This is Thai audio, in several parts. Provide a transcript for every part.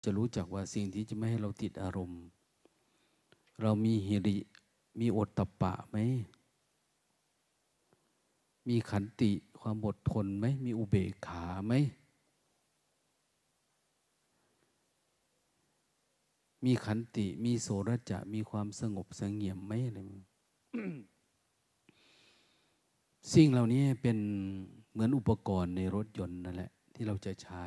จะรู้จักว่าสิ่งที่จะไม่ให้เราติดอารมณ์เรามีหิริมีโอตตัปปะไหมมีขันติความอดทนไหมมีอุเบกขาไหมมีขันติมีโสรจะมีความสงบเสงี่ยมไหมอะไรสิ่งเหล่านี้เป็นเหมือนอุปกรณ์ในรถยนต์นั่นแหละที่เราจะใช้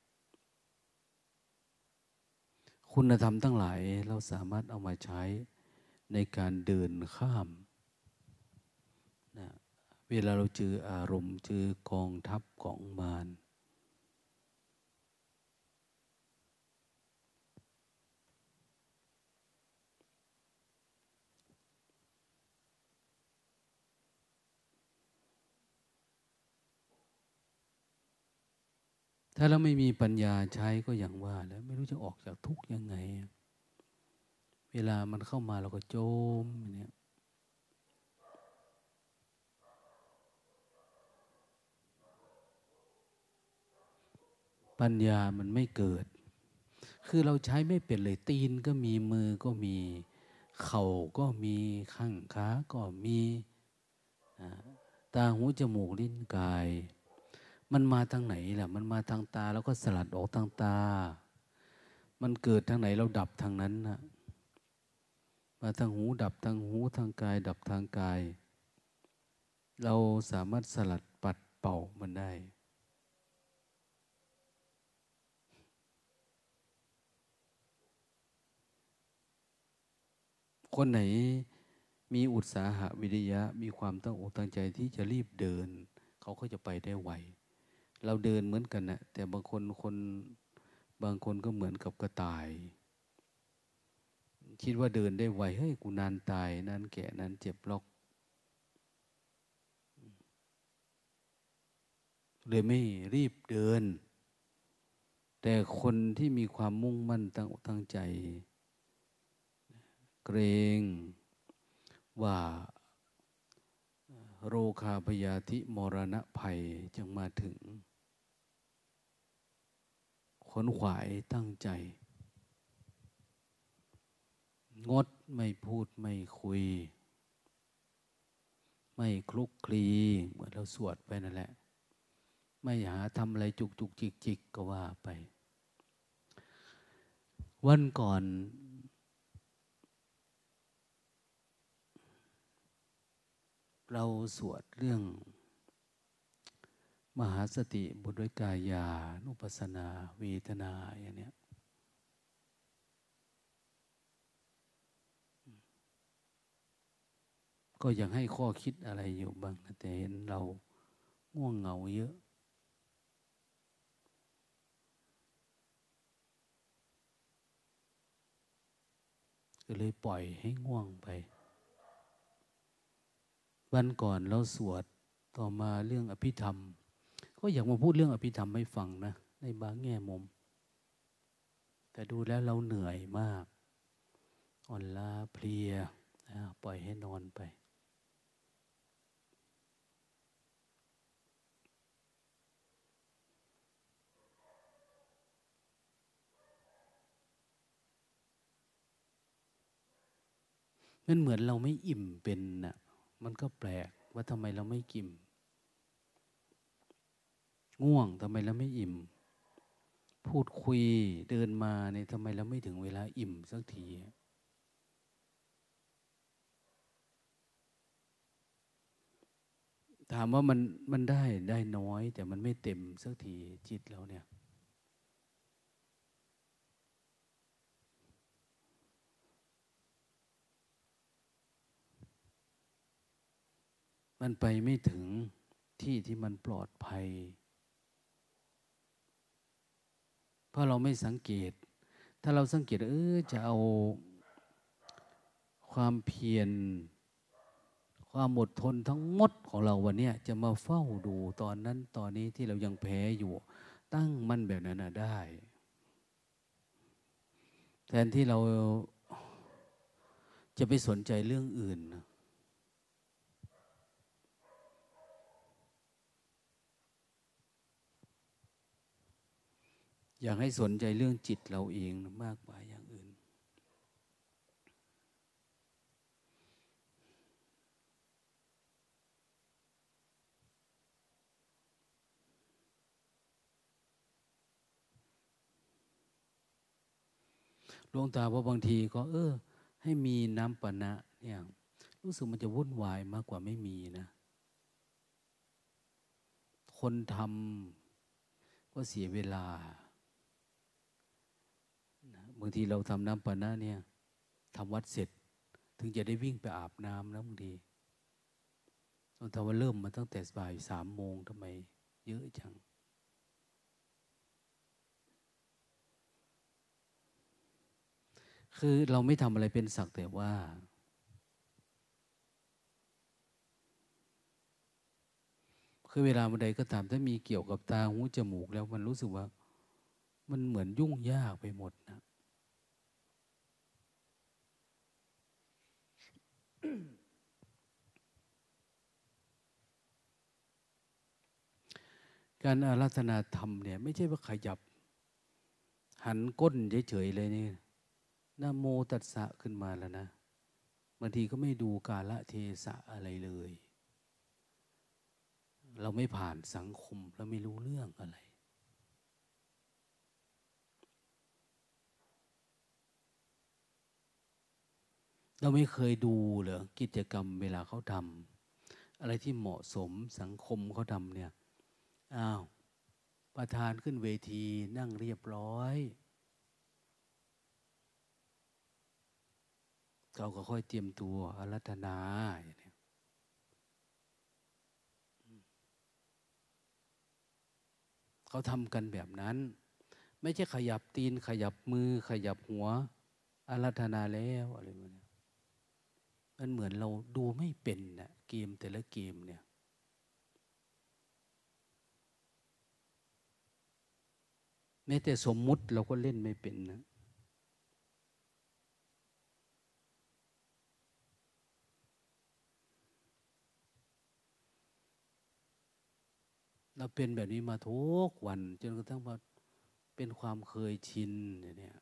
คุณธรรมทั้งหลายเราสามารถเอามาใช้ในการเดินข้ามนะเวลาเราเจออารมณ์เจอกองทัพของมารถ้าเราไม่มีปัญญาใช้ก็อย่างว่าแล้วไม่รู้จะออกจากทุกข์ยังไงเวลามันเข้ามาเราก็โจมเนี่ยปัญญามันไม่เกิดคือเราใช้ไม่เป็นเลยตีนก็มีมือก็มีเข่าก็มีข้างขาก็มีตาหูจมูกลิ้นกายมันมาทางไหนล่ะมันมาทางตาแล้วก็สลัดออกทางตามันเกิดทางไหนเราดับทางนั้นนะมาทางหูดับทางหูทางกายดับทางกายเราสามารถสลัดปัดเป่ามันได้คนไหนมีอุตสาหะวิริยะมีความตั้งอกตั้งใจที่จะรีบเดินเขาก็จะไปได้ไวเราเดินเหมือนกันนะแต่บางคนก็เหมือนกับกระต่ายคิดว่าเดินได้ไวเฮ้ยกูนานตายนานแก่นานเจ็บหรอกเลยไม่รีบเดินแต่คนที่มีความมุ่งมั่นตั้งอกตั้งใจเกรงว่าโรคาพยาธิมรณะภัยจึงมาถึงขนขวายตั้งใจงดไม่พูดไม่คุยไม่คลุกคลีเหมือนเราสวดไปนั่นแหละไม่หาทำอะไรจุกจุกจิกจิกก็ว่าไปวันก่อนเราสวดเรื่องมหาสติบุตรกายานุปัสสนาเวทนาอย่างเนี้ยก็ยังให้ข้อคิดอะไรอยู่บ้างนะแต่เห็นเราง่วงเหงาเยอะก็เลยปล่อยให้ง่วงไปวันก่อนเราสวดต่อมาเรื่องอภิธรรมก็อยากมาพูดเรื่องอภิธรรมให้ฟังนะในบางแง่มุมแต่ดูแล้วเราเหนื่อยมากอ่อนล้าเพลียปล่อยให้นอนไปมันเหมือนเราไม่อิ่มเป็นน่ะมันก็แปลกว่าทำไมเราไม่กินง่วงทำไมเราไม่อิ่มพูดคุยเดินมาเนี่ยทำไมเราไม่ถึงเวลาอิ่มสักทีถามว่ามันได้น้อยแต่มันไม่เต็มสักทีจิตเราเนี่ยมันไปไม่ถึงที่ที่มันปลอดภัยเพราะเราไม่สังเกตถ้าเราสังเกตจะเอาความเพียรความอดทนทั้งหมดของเราวันนี้จะมาเฝ้าดูตอนนั้นตอนนี้ที่เรายังแพ้อยู่ตั้งมั่นแบบนั้นได้แทนที่เราจะไปสนใจเรื่องอื่นอยากให้สนใจเรื่องจิตเราเองมากกว่าอย่างอื่นหลวงตาว่าบางทีก็ให้มีน้ำปานะเนี่ยรู้สึกมันจะวุ่นวายมากกว่าไม่มีนะคนทำก็เสียเวลาบางทีเราทำน้ำปานะเนี่ยทำวัดเสร็จถึงจะได้วิ่งไปอาบน้ำนะบางทีเราทำว่าเริ่มมาตั้งแต่บ่าย3 โมงทำไมเยอะจังคือเราไม่ทำอะไรเป็นสักแต่ว่าคือเวลาเมื่อใดก็ตามถ้ามีเกี่ยวกับตาหูจมูกแล้วมันรู้สึกว่ามันเหมือนยุ่งยากไปหมดนะการอาราธนาธรรมเนี่ยไม่ใช่ว่าขยับหันก้นเฉยๆเลยนี่นะโมตัสสะขึ้นมาแล้วนะบางทีก็ไม่ดูกาลเทศะอะไรเลยเราไม่ผ่านสังคมเราไม่รู้เรื่องอะไรเราไม่เคยดูเหรอกิจกรรมเวลาเขาทำอะไรที่เหมาะสมสังคมเขาทำเนี่ยอ้าวประธานขึ้นเวทีนั่งเรียบร้อยเขาก็ค่อยเตรียมตัวอาราธนาอย่างนี้เขาทำกันแบบนั้นไม่ใช่ขยับตีนขยับมือขยับหัวอาราธนาแล้วอะไรแบบนี้มันเหมือนเราดูไม่เป็นนะเกมแต่ละเกมเนี่ยแม้แต่สมมุติเราก็เล่นไม่เป็นนะเราเป็นแบบนี้มาทุกวันจนกระทั่งว่าเป็นความเคยชินเนี่ย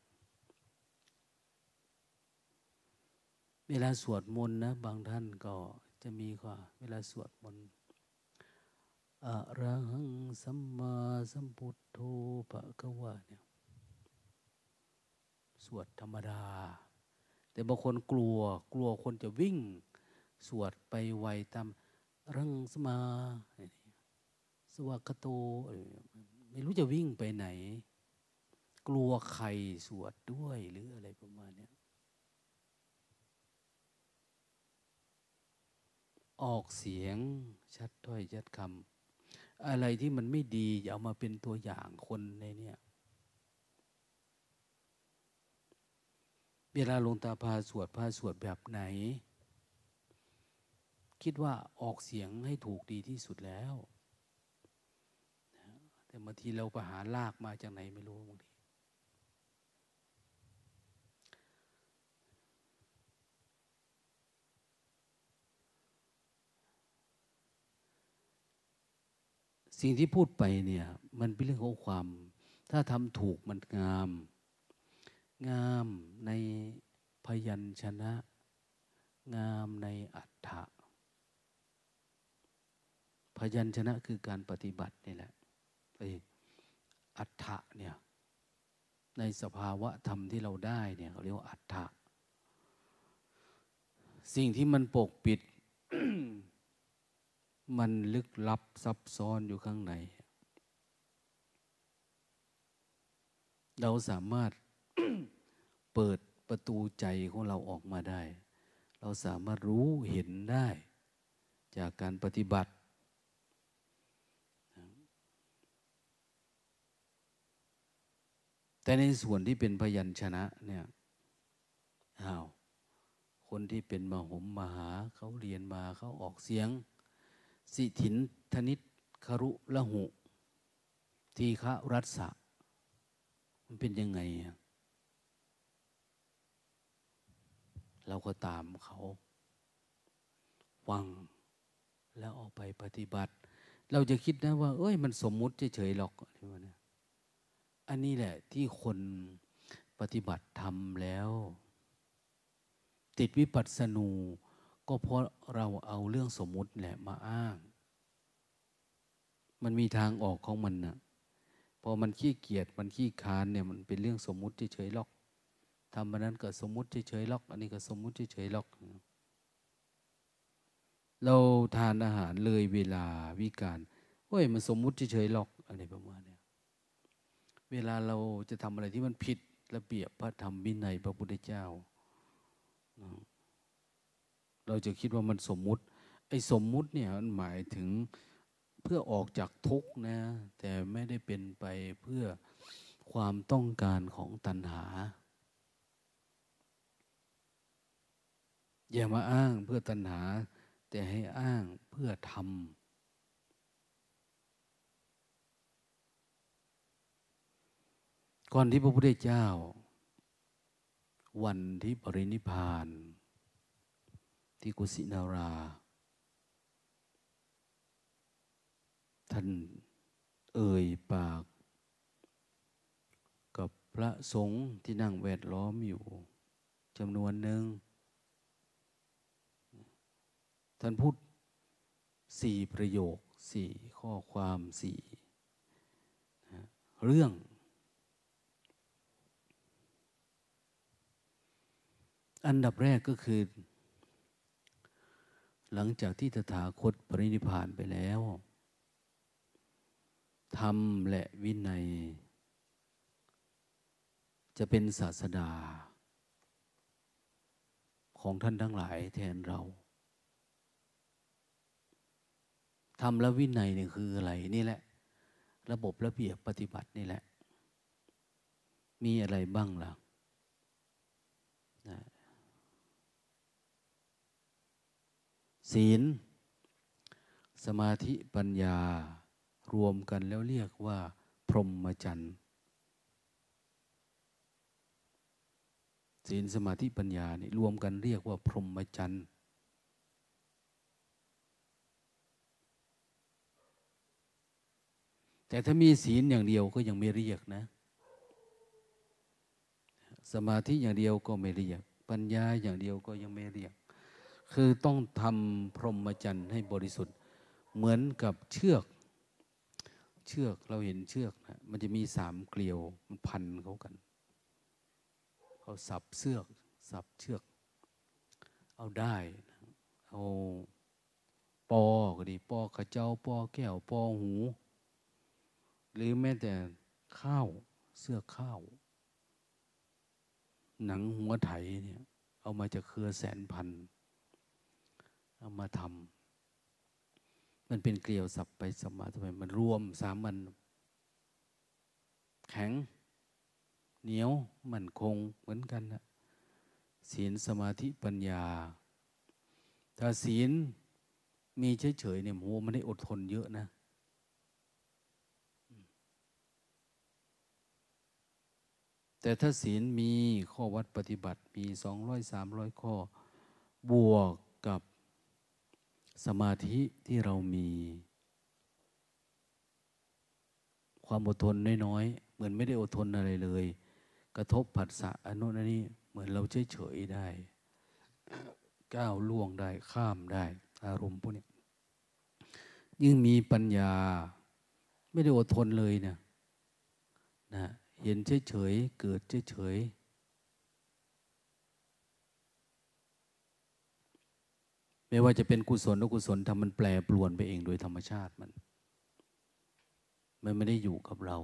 เวลาสวดมนต์นะบางท่านก็จะมีกว่าเวลาสวดมนต์อะระหังสัมมาสัมพุทโธภะคะวะเนี่ยสวดธรรมดาแต่บางคนกลัวคนจะวิ่งสวดไปไวตามรังสมาสวากาโตไม่รู้จะวิ่งไปไหนกลัวใครสวดด้วยหรืออะไรประมาณนี้ออกเสียงชัดถ้อยชัดคำอะไรที่มันไม่ดีอย่าเอามาเป็นตัวอย่างคนในเนี่ยเวลาหลวงตาพาสวดแบบไหนคิดว่าออกเสียงให้ถูกดีที่สุดแล้วแต่บางทีเราไปหาลากมาจากไหนไม่รู้บางทีสิ่งที่พูดไปเนี่ยมันเป็นเรื่องของความถ้าทำถูกมันงามในพยัญชนะงามในอัฏฐะพยัญชนะคือการปฏิบัตินี่แหละอัฏฐะเนี่ยในสภาวะธรรมที่เราได้เนี่ยเขาเรียกว่าอัฏฐะสิ่งที่มันปกปิด มันลึกลับซับซ้อนอยู่ข้างในเราสามารถ เปิดประตูใจของเราออกมาได้เราสามารถรู้เห็นได้จากการปฏิบัติแต่ในส่วนที่เป็นพยัญชนะเนี่ยคนที่เป็นมหมมหาเขาเรียนมาเขาออกเสียงสิถินธนิตครุละหุทีฆะรัสสะมันเป็นยังไงเราก็ตามเขาฟังแล้วเอาไปปฏิบัติเราจะคิดนะว่าเอ้ยมันสมมุติเฉยๆหรอกอะไรวะเนี่ยอันนี้แหละที่คนปฏิบัติธรรมแล้วติดวิปัสสนูก็เพราะเราเอาเรื่องสมมุติแหละมาอ้างมันมีทางออกของมันนะพอมันขี้เกียจมันขี้คร้านเนี่ยมันเป็นเรื่องสมมุติเฉยๆหรอกทำมันนั้นก็สมมุติเฉยๆหรอกอันนี้ก็สมมุติเฉยๆหรอกเราทานอาหารเลยเวลาวิการโอ้ยมันสมมุติเฉยๆหรอกอะไรประมาณเนี้ยเวลาเราจะทำอะไรที่มันผิดระเบียบพระธรรมวินัยพระพุทธเจ้าเราจะคิดว่ามันสมมุติไอ้สมมุติเนี่ยมันหมายถึงเพื่อออกจากทุกข์นะแต่ไม่ได้เป็นไปเพื่อความต้องการของตัณหาอย่ามาอ้างเพื่อตัณหาแต่ให้อ้างเพื่อทำก่อนที่พระพุทธเจ้าวันที่ปรินิพพานที่กุสินาราท่านเอ่ยปากกับพระสงฆ์ที่นั่งแวดล้อมอยู่จำนวนหนึ่งท่านพูด4 ประโยค4 ข้อความ4เรื่องอันดับแรกก็คือหลังจากที่ตถาคตปรินิพพานไปแล้วธรรมและวินัยจะเป็นศาสดาของท่านทั้งหลายแทนเราธรรมและวินัยเนี่ยคืออะไรนี่แหละระบบระเบียบปฏิบัตินี่แหละมีอะไรบ้างล่ะนะศีลสมาธิปัญญารวมกันแล้วเรียกว่าพรหมจรรย์ศีลสมาธิปัญญานี่รวมกันเรียกว่าพรหมจรรย์แต่ถ้ามีศีลอย่างเดียวก็ยังไม่เรียกนะสมาธิอย่างเดียวก็ไม่เรียกปัญญาอย่างเดียวก็ยังไม่เรียกคือต้องทำพรหมจรรย์ให้บริสุทธิ์เหมือนกับเชือกเราเห็นเชือกนะมันจะมี3 เกลียวมันพันเขากันเขาสับเชือกเอาได้เอาปอก็ดีปอกระเจ้าปอแก้วปอหูหรือแม้แต่ข้าวเสื้อข้าวหนังหัวไถเนี่ยเอามาจากเครือแสนพันเอามาทำมันเป็นเกลียวสับไปสับมาทำไมมันรวม3 มันแข็งเหนียวมั่นคงเหมือนกันนะศีลสมาธิปัญญาถ้าศีลมีเฉยๆเนี่ยโหมันได้อดทนเยอะนะแต่ถ้าศีลมีข้อวัดปฏิบัติมี200-300 ข้อบวกกับสมาธิที่เรามีความอดทนน้อยๆเหมือนไม่ได้อดทนอะไรเลยกระทบผัสสะอันโน้นอันนี้เหมือนเราเฉยๆได้ก้าวล่วงได้ข้ามได้อารมณ์พวกนี้ยิ่งมีปัญญาไม่ได้อดทนเลยนะเห็นเฉยๆเกิดเฉยๆไม่ว่าจะเป็นกุศลอกุศลทำมันแปรปรวนไปเองโดยธรรมชาติมันไม่ได้อยู่กับเรา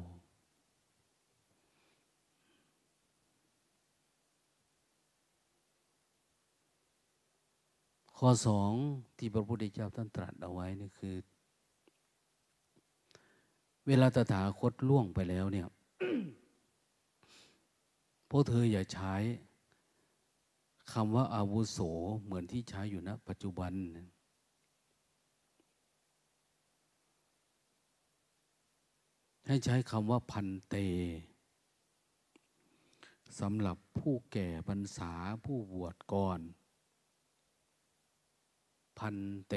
ข้อ2ที่พระพุทธเจ้าท่านตรัสเอาไว้นี่คือเวลาตถาคตล่วงไปแล้วเนี่ย พวกเธออย่าใช้คำว่าอาวุโสเหมือนที่ใช้อยู่ณปัจจุบันให้ใช้คำว่าพันเตสำหรับผู้แก่พรรษาผู้บวชก่อนพันเต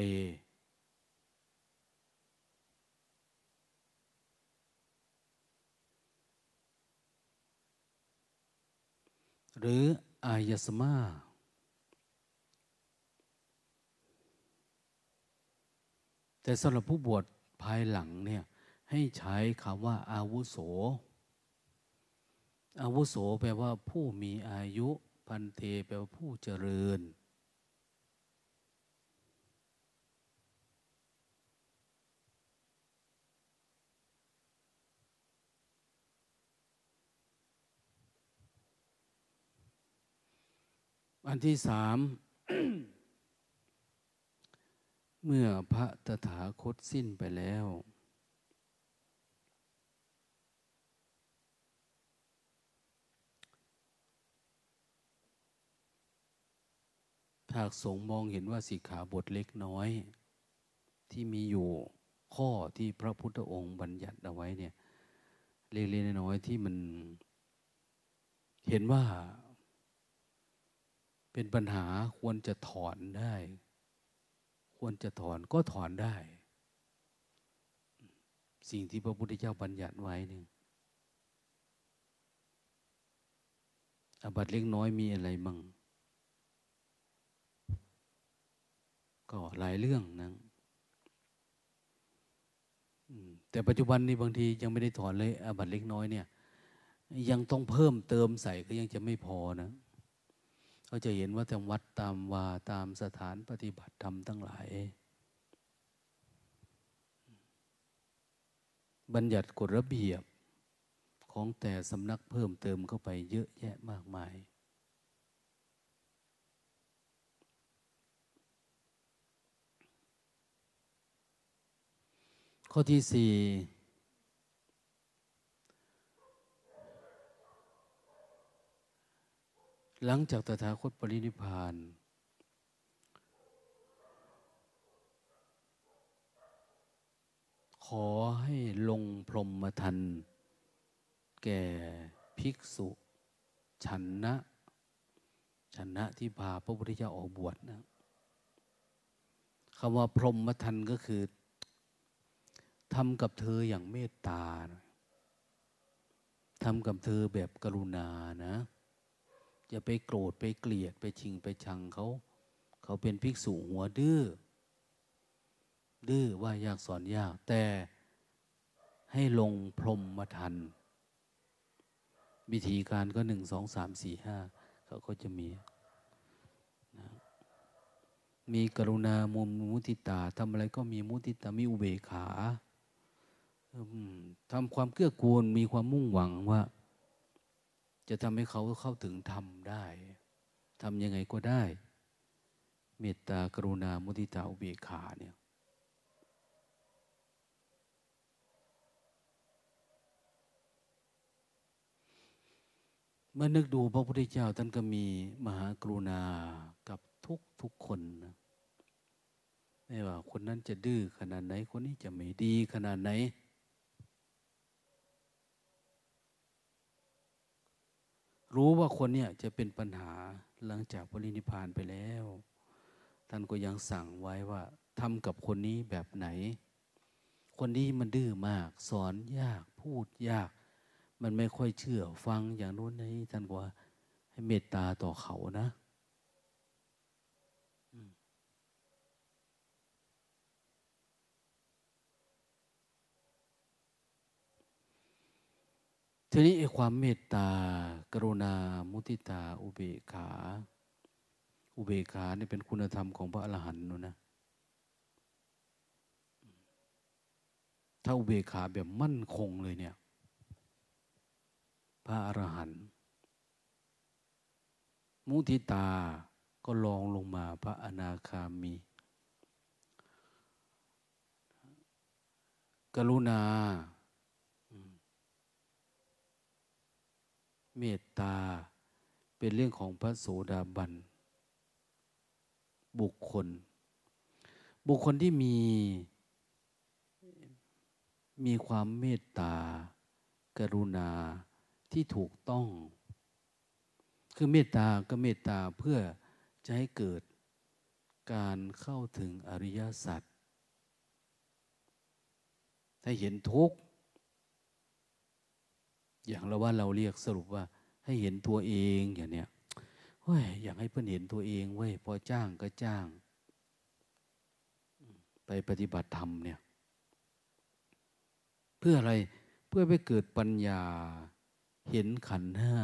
หรืออายสมาแต่สำหรับผู้บวชภายหลังเนี่ยให้ใช้คำว่าอาวุโสอาวุโสแปลว่าผู้มีอายุพันเตแปลว่าผู้เจริญอันที่สาม เมื่อพระตถาคตสิ้นไปแล้วหากสงฆ์มองเห็นว่าสิกขาบทเล็กน้อยที่มีอยู่ข้อที่พระพุทธองค์บัญญัติเอาไว้เนี่ยเล็กๆน้อยๆที่มันเห็นว่าเป็นปัญหาควรจะถอนได้ควรจะถอนก็ถอนได้สิ่งที่พระพุทธเจ้าบัญญัติไว้เนี่ยอาบัติเล็กน้อยมีอะไรมั่งก็หลายเรื่องนะแต่ปัจจุบันนี้บางทียังไม่ได้ถอนเลยอาบัติเล็กน้อยเนี่ยยังต้องเพิ่มเติมใส่ก็ยังจะไม่พอนะเขาจะเห็นว่าแต่วัดตามวาตามสถานปฏิบัติธรรมทั้งหลายบัญญัติกฎระเบียบของแต่สำนักเพิ่มเติมเข้าไปเยอะแยะมากมายข้อที่สี่หลังจากตถาคตปรินิพพานขอให้ลงพรหมทัณฑ์แก่ภิกษุฉันนะฉันนะที่พาพระพุทธเจ้าออกบวชนะคำว่าพรหมทัณฑ์ก็คือทำกับเธออย่างเมตตาทำกับเธอแบบกรุณานะอย่าไปโกรธไปเกลียดไปชิงไปชังเขาเขาเป็นภิกษุหัวดื้อว่ายากสอนยากแต่ให้ลงพรหมทัณฑ์วิธีการก็1 2 3 4 5เขาก็จะมีนะมีกรุณามุทิตาทำอะไรก็มีมุทิตามีอุเบกขาทำความเกื้อกูลมีความมุ่งหวังว่าจะทำให้เขาเข้าถึงธรรมได้ทำยังไงก็ได้เมตตากรุณามุทิตาอุเบกขาเนี่ยเมื่อนึกดูพระพุทธเจ้าท่านก็มีมหากรุณากับทุกคนนะไม่ว่าคนนั้นจะดื้อขนาดไหนคนนี้จะไม่ดีขนาดไหนรู้ว่าคนเนี้ยจะเป็นปัญหาหลังจากปรินิพพานไปแล้วท่านก็ยังสั่งไว้ว่าทำกับคนนี้แบบไหนคนนี้มันดื้อมากสอนยากพูดยากมันไม่ค่อยเชื่อฟังอย่างโน้นนี้ท่านก็ว่าให้เมตตาต่อเขานะทีนี้ไอ้ความเมตตากรุณามุทิตาอุเบกขานี่เป็นคุณธรรมของพระอรหันต์นู่นนะถ้าอุเบกขาแบบมั่นคงเลยเนี่ยพระอรหันต์มุทิตาก็ลองลงมาพระอนาคามีกรุณาเมตตาเป็นเรื่องของพระโสดาบันบุคคลที่มีความเมตตากรุณาที่ถูกต้องคือเมตตาก็เมตตาเพื่อจะให้เกิดการเข้าถึงอริยสัจถ้าเห็นทุกข์อย่างเราว่าเราเรียกสรุปว่าให้เห็นตัวเองอย่างเนี้ยเฮ้ยอยากให้เพื่อนเห็นตัวเองเว้ยพอจ้างก็จ้างไปปฏิบัติธรรมเนี่ยเพื่ออะไรเพื่อไปเกิดปัญญาเห็นขันธ์ห้า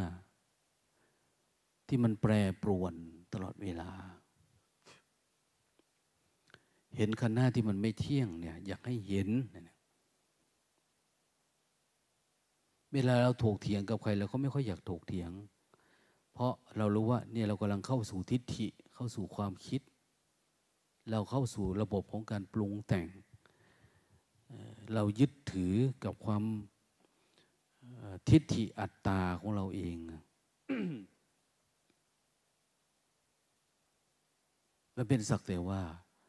ที่มันแปรปรวนตลอดเวลาเห็นขันธ์ห้าที่มันไม่เที่ยงเนี่ยอยากให้เห็นเวลาเราถกเถียงกับใครเราก็ไม่ค่อยอยากถกเถียงเพราะเรารู้ว่าเนี่ยเรากำลังเข้าสู่ทิฏฐิเข้าสู่ความคิดเราเข้าสู่ระบบของการปรุงแต่งเรายึดถือกับความทิฏฐิอัตตาของเราเองมันเป็นสักแต่ว่า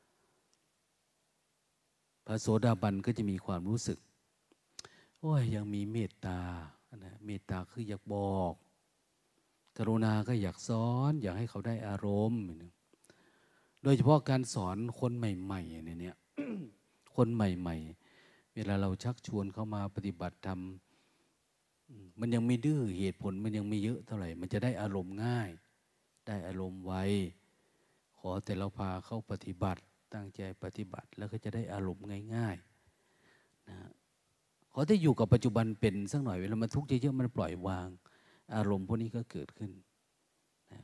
พระโสดาบันก็จะมีความรู้สึกโอ้ยยังมีเมตตานะเมตตาคืออยากบอกกรุณาก็อยากสอนอยากให้เขาได้อารมณ์โดยเฉพาะการสอนคนใหม่ๆเนี่ย คนใหม่ๆเวลาเราชักชวนเขามาปฏิบัติธรรมมันยังไม่ดื้อเหตุผลมันยังไม่เยอะเท่าไหร่มันจะได้อารมณ์ง่ายได้อารมณ์ไวขอแต่เราพาเข้าปฏิบัติตั้งใจปฏิบัติแล้วก็จะได้อารมณ์ง่ายๆนะขอได้อยู่กับปัจจุบันเป็นสักหน่อยเวลามันทุกข์เยอะๆมันปล่อยวางอารมณ์พวกนี้ก็เกิดขึ้นนะ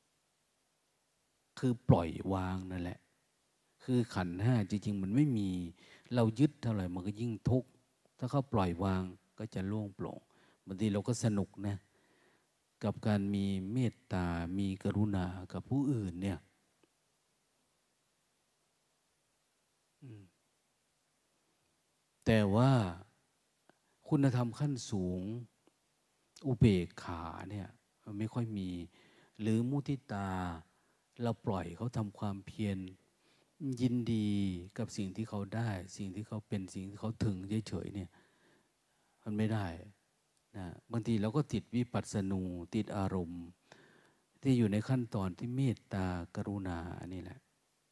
คือปล่อยวางนั่นแหละคือขันธ์ห้าจริงๆมันไม่มีเรายึดเท่าไหร่มันก็ยิ่งทุกข์ถ้าเขาปล่อยวางก็จะโล่งโปร่งบางทีเราก็สนุกนะกับการมีเมตตามีกรุณากับผู้อื่นเนี่ยแต่ว่าคุณธรรมขั้นสูงอุเบกขาเนี่ยมันไม่ค่อยมีหรือมุทิตาเราปล่อยเขาทำความเพียรยินดีกับสิ่งที่เขาได้สิ่งที่เขาเป็นสิ่งที่เขาถึงเฉยๆเนี่ยมันไม่ได้นะบางทีเราก็ติดวิปัสสนูติดอารมณ์ที่อยู่ในขั้นตอนที่เมตตากรุณาอันนี้แหละ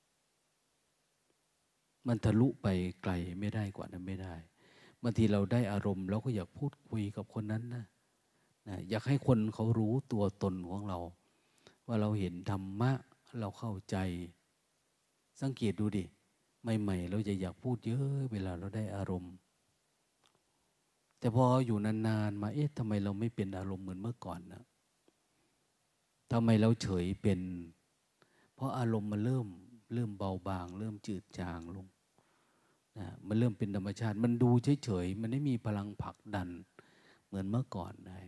มันทะลุไปไกลไม่ได้กว่านั้นไม่ได้บางทีเราได้อารมณ์เราก็อยากพูดคุยกับคนนั้นนะอยากให้คนเขารู้ตัวตนของเราว่าเราเห็นธรรมะเราเข้าใจสังเกตดูดิใหม่ๆเราจะอยากพูดเยอะเวลาเราได้อารมณ์แต่พออยู่นานๆมาทำไมเราไม่เป็นอารมณ์เหมือนเมื่อก่อนนะทำไมเราเฉยเป็นเพราะอารมณ์มันเริ่มเบาบางเริ่มจืดจางลงนะมันเริ่มเป็นธรรมชาติมันดูเฉยๆมันไม่มีพลังผลักดันเหมือนเมื่อก่อนได้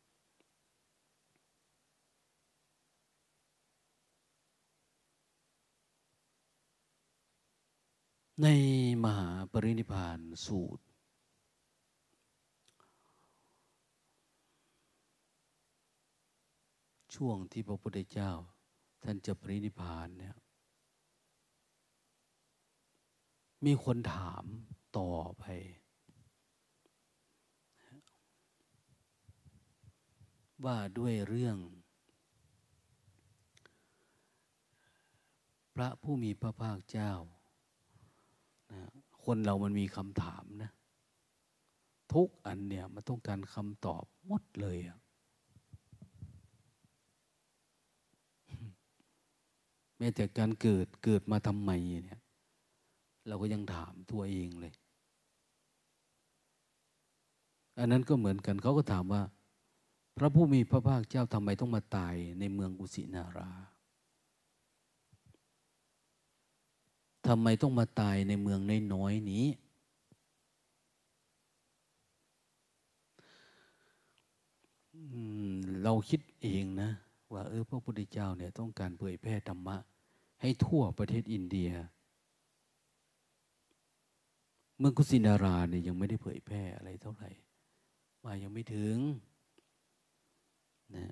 ในมหาปรินิพพานสูตรช่วงที่พระพุทธเจ้าท่านจะปรินิพพานเนี่ยมีคนถามต่อไปว่าด้วยเรื่องพระผู้มีพระภาคเจ้านะคนเรามันมีคำถามนะทุกอันเนี่ยมันต้องการคำตอบหมดเลยอะแม้แต่การเกิดมาทำไมเนี่ยเราก็ยังถามตัวเองเลยอันนั้นก็เหมือนกันเขาก็ถามว่าพระผู้มีพระภาคเจ้าทำไมต้องมาตายในเมืองกุสินาราทำไมต้องมาตายในเมืองน้อยๆนี้เราคิดเองนะว่าพระพุทธเจ้าเนี่ยต้องการเผยแพร่ธรรมะให้ทั่วประเทศอินเดียเมืองกุสินาราเนี่ยยังไม่ได้เผยแพร่อะไรเท่าไหร่มายังไม่ถึงนะ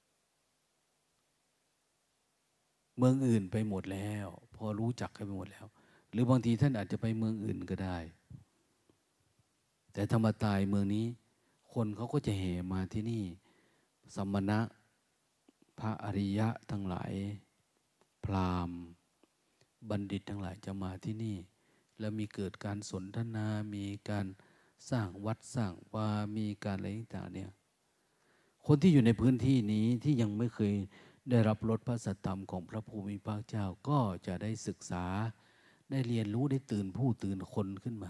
เมืองอื่นไปหมดแล้วพอรู้จักกันไปหมดแล้วหรือบางทีท่านอาจจะไปเมืองอื่นก็ได้แต่ธรรมตายเมืองนี้คนเขาก็จะแห่มาที่นี่สมณะพระอริยะทั้งหลายพราหมณ์บัณฑิตทั้งหลายจะมาที่นี่แล้วมีเกิดการสนทนามีการสร้างวัดสร้างวามีการอะไรต่างๆเนี่ยคนที่อยู่ในพื้นที่นี้ที่ยังไม่เคยได้รับรสพระสัทธรรมของพระภูมิพระเจ้าก็จะได้ศึกษาได้เรียนรู้ได้ตื่นผู้ตื่นคนขึ้นมา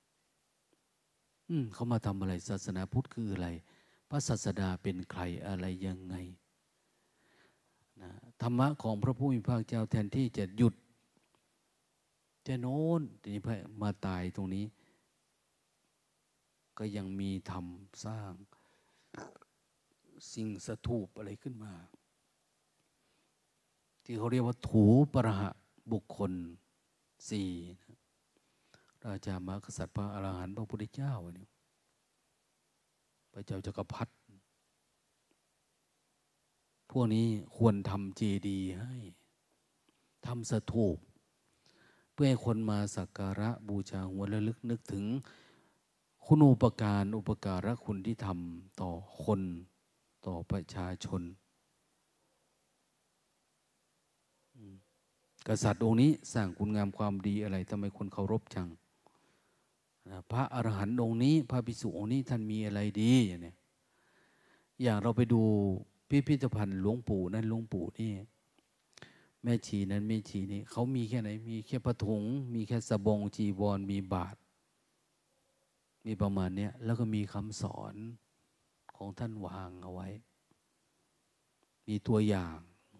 เขามาทำอะไรศาสนาพุทธคืออะไรพระศาสดาเป็นใครอะไรยังไงนะธรรมะของพระผู้มีพระเจ้าแทนที่จะหยุดจะโน้นทีนี้มาตายตรงนี้ก็ยังมีธรรมสร้างสิ่งสถูปอะไรขึ้นมาที่เขาเรียกว่าถูปรหะบุคคลสี่นะราชามหากษัตริย์พระอรหันต์พระพุทธเจ้าเนี่ยพระเจ้าจักรพรรดิพวกนี้ควรทำเจดีย์ให้ทำสถูปเพื่อให้คนมาสักการะบูชาหัวระลึกนึกถึงคุณูปการอุปการะคุณที่ทำต่อคนต่อประชาชนกษัตริย์องค์นี้สร้างคุณงามความดีอะไรทำไมคนเคารพจังพระอรหันต์องค์นี้พระภิกษุองค์นี้ท่านมีอะไรดีอย่างนี้อย่างเราไปดูพิพิธภัณฑ์หลวงปู่นั่นหลวงปู่นี่แม่ชีนั้นแม่ชีนี่เขามีแค่ไหนมีแค่ผ้าถุงมีแค่สบงจีวรมีบาตรมีประมาณนี้แล้วก็มีคำสอนของท่านวางเอาไว้มีตัวอย่าง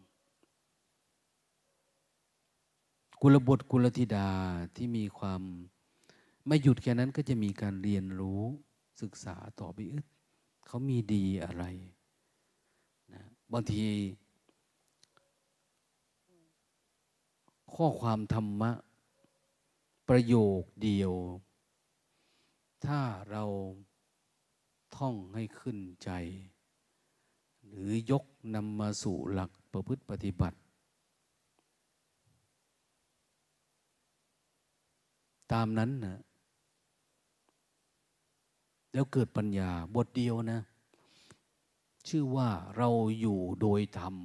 กุลบุตรกุลธิดาที่มีความไม่หยุดแค่นั้นก็จะมีการเรียนรู้ศึกษาต่อไปเขามีดีอะไรนะบางทีข้อความธรรมะประโยคเดียวถ้าเราท่องให้ขึ้นใจหรือยกนำมาสู่หลักประพฤติปฏิบัติตามนั้นนะแล้วเกิดปัญญาบทเดียวนะชื่อว่าเราอยู่โดยธรรม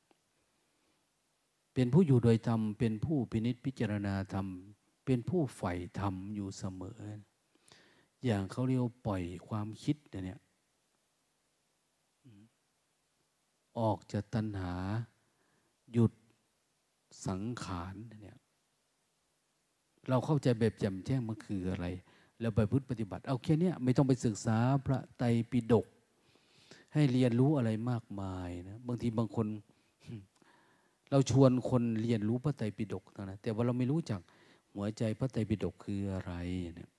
เป็นผู้อยู่โดยธรรมเป็นผู้พินิจพิจารณาธรรมเป็นผู้ใฝ่ธรรมอยู่เสมออย่างเขาเรียกปล่อยความคิดเนี่ยออกจากตัณหาหยุดสังขารเนี่ยเราเข้าใจแบบแจ่มแจ้งมันคืออะไรแล้วไปพุทธปฏิบัติเอาแค่นี้ไม่ต้องไปศึกษาพระไตรปิฎกให้เรียนรู้อะไรมากมายนะบางทีบางคนเราชวนคนเรียนรู้พระไตรปิฎกนะแต่ว่าเราไม่รู้จักหัวใจพระไตรปิฎกคืออะไรเนี่ย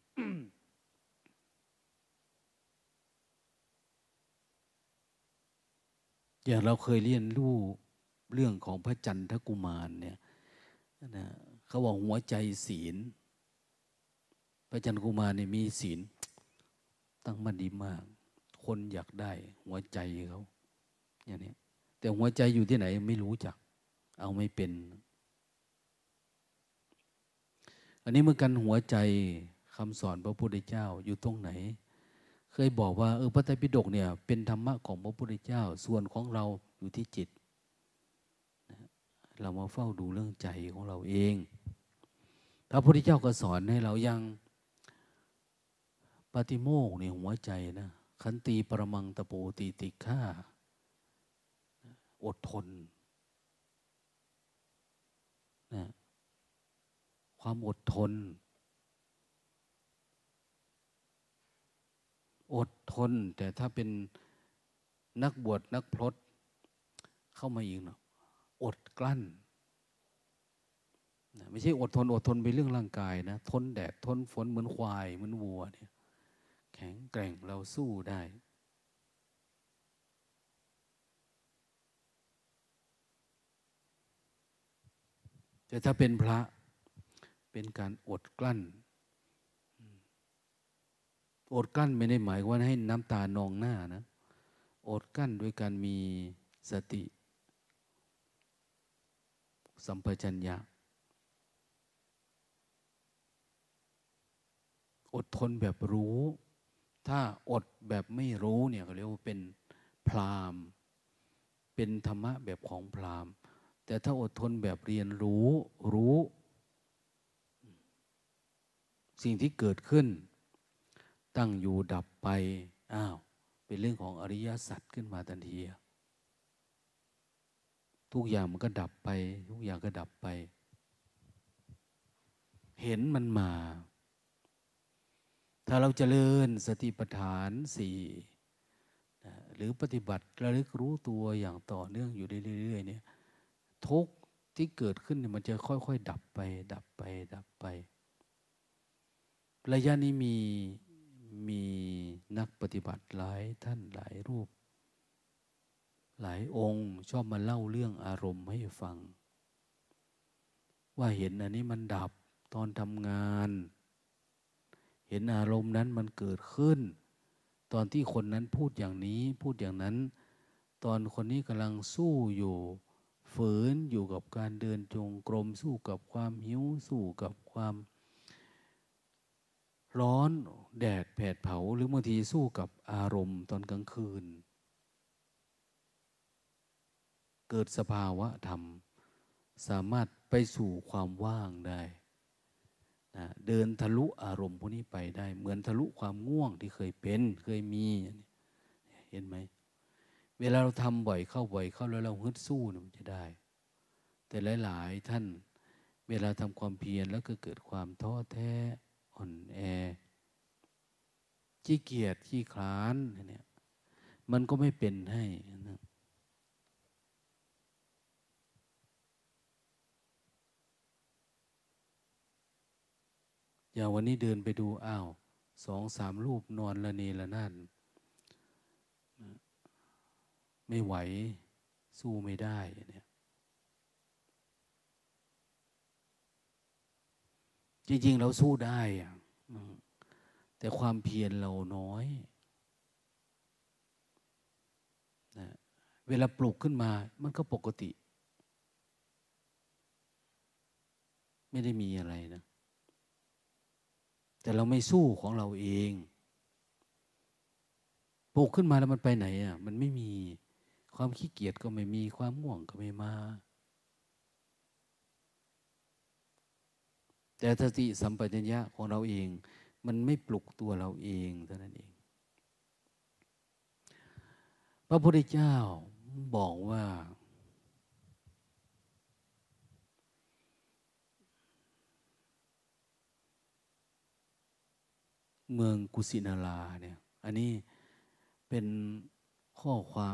อย่างเราเคยเรียนรู้เรื่องของพระจันทกุมารเนี่ยนะเขาบอกหัวใจศีลพระจันทกุมารเนี่ยมีศีลตั้งมั่นดีมากคนอยากได้หัวใจเขาอย่างนี้แต่หัวใจอยู่ที่ไหนไม่รู้จักเอาไม่เป็นอันนี้เหมือนกันหัวใจคำสอนพระพุทธเจ้าอยู่ตรงไหนเคยบอกว่าพระไตรปิฎกเนี่ยเป็นธรรมะของพระพุทธเจ้าส่วนของเราอยู่ที่จิตเรามาเฝ้าดูเรื่องใจของเราเองพระพุทธเจ้าก็สอนให้เรายังปาติโมกข์ในหัวใจนะขันติปรมังตะโปติติฆาอดทนนะความอดทนอดทนแต่ถ้าเป็นนักบวชนักพรตเข้ามาอีกเนาะอดกลั้นนะไม่ใช่อดทนไปเรื่องร่างกายนะทนแดดทนฝนเหมือนควายเหมือนวัวเนี่ยแข็งแกร่งเราสู้ได้แต่ถ้าเป็นพระเป็นการอดกลั้นอดกลั้นไม่ได้หมายว่าให้น้ำตานองหน้านะอดกลั้นด้วยการมีสติสัมปชัญญะอดทนแบบรู้ถ้าอดแบบไม่รู้เนี่ยเขาเรียกว่าเป็นพราหมณ์เป็นธรรมะแบบของพราหมณ์แต่ถ้าอดทนแบบเรียนรู้สิ่งที่เกิดขึ้นตั้งอยู่ดับไปอ้าวไปเป็นเรื่องของอริยสัจขึ้นมาทันทีทุกอย่างมันก็ดับไปทุกอย่างก็ดับไปเห็นมันมาถ้าเราเจริญสติปัฏฐานสี่นะหรือปฏิบัติระลึกรู้ตัวอย่างต่อเนื่องอยู่เรื่อยๆเนี่ยทุกข์ที่เกิดขึ้นเนี่ยมันจะค่อยๆดับไปดับไปดับไประยะนี้มีนักปฏิบัติหลายท่านหลายรูปหลายองค์ชอบมาเล่าเรื่องอารมณ์ให้ฟังว่าเห็นอันนี้มันดับตอนทำงานเห็นอารมณ์นั้นมันเกิดขึ้นตอนที่คนนั้นพูดอย่างนี้พูดอย่างนั้นตอนคนนี้กำลังสู้อยู่ฝืนอยู่กับการเดินจงกรมสู้กับความหิวสู้กับความร้อนแดดแผดเผาหรือบางทีสู้กับอารมณ์ตอนกลางคืนเกิดสภาวะธรรมสามารถไปสู่ความว่างได้นะเดินทะลุอารมณ์พวกนี้ไปได้เหมือนทะลุความง่วงที่เคยเป็นเคยมีเห็นไหมเวลาเราทำบ่อยเข้าแล้วเราฮึดสู้เนี่ยมันจะได้แต่หลายๆท่านเวลาทำความเพียรแล้วก็เกิดความท้อแท้อ่อนแอขี้เกียจขี้คลานเนี่ยมันก็ไม่เป็นให้นะอย่างวันนี้เดินไปดูอ้าว2-3รูปนอนละเนระนาดไม่ไหวสู้ไม่ได้เนี่ยจริงๆเราสู้ได้อะแต่ความเพียรเราน้อยนะเวลาปลุกขึ้นมามันก็ปกติไม่ได้มีอะไรนะแต่เราไม่สู้ของเราเองปลุกขึ้นมาแล้วมันไปไหนอ่ะมันไม่มีความขี้เกียจก็ไม่มีความง่วงก็ไม่มาแต่สติสัมปชัญญะของเราเองมันไม่ปลุกตัวเราเองเท่านั้นเองพระพุทธเจ้าบอกว่าเมืองกุสินาราเนี่ยอันนี้เป็นข้อความ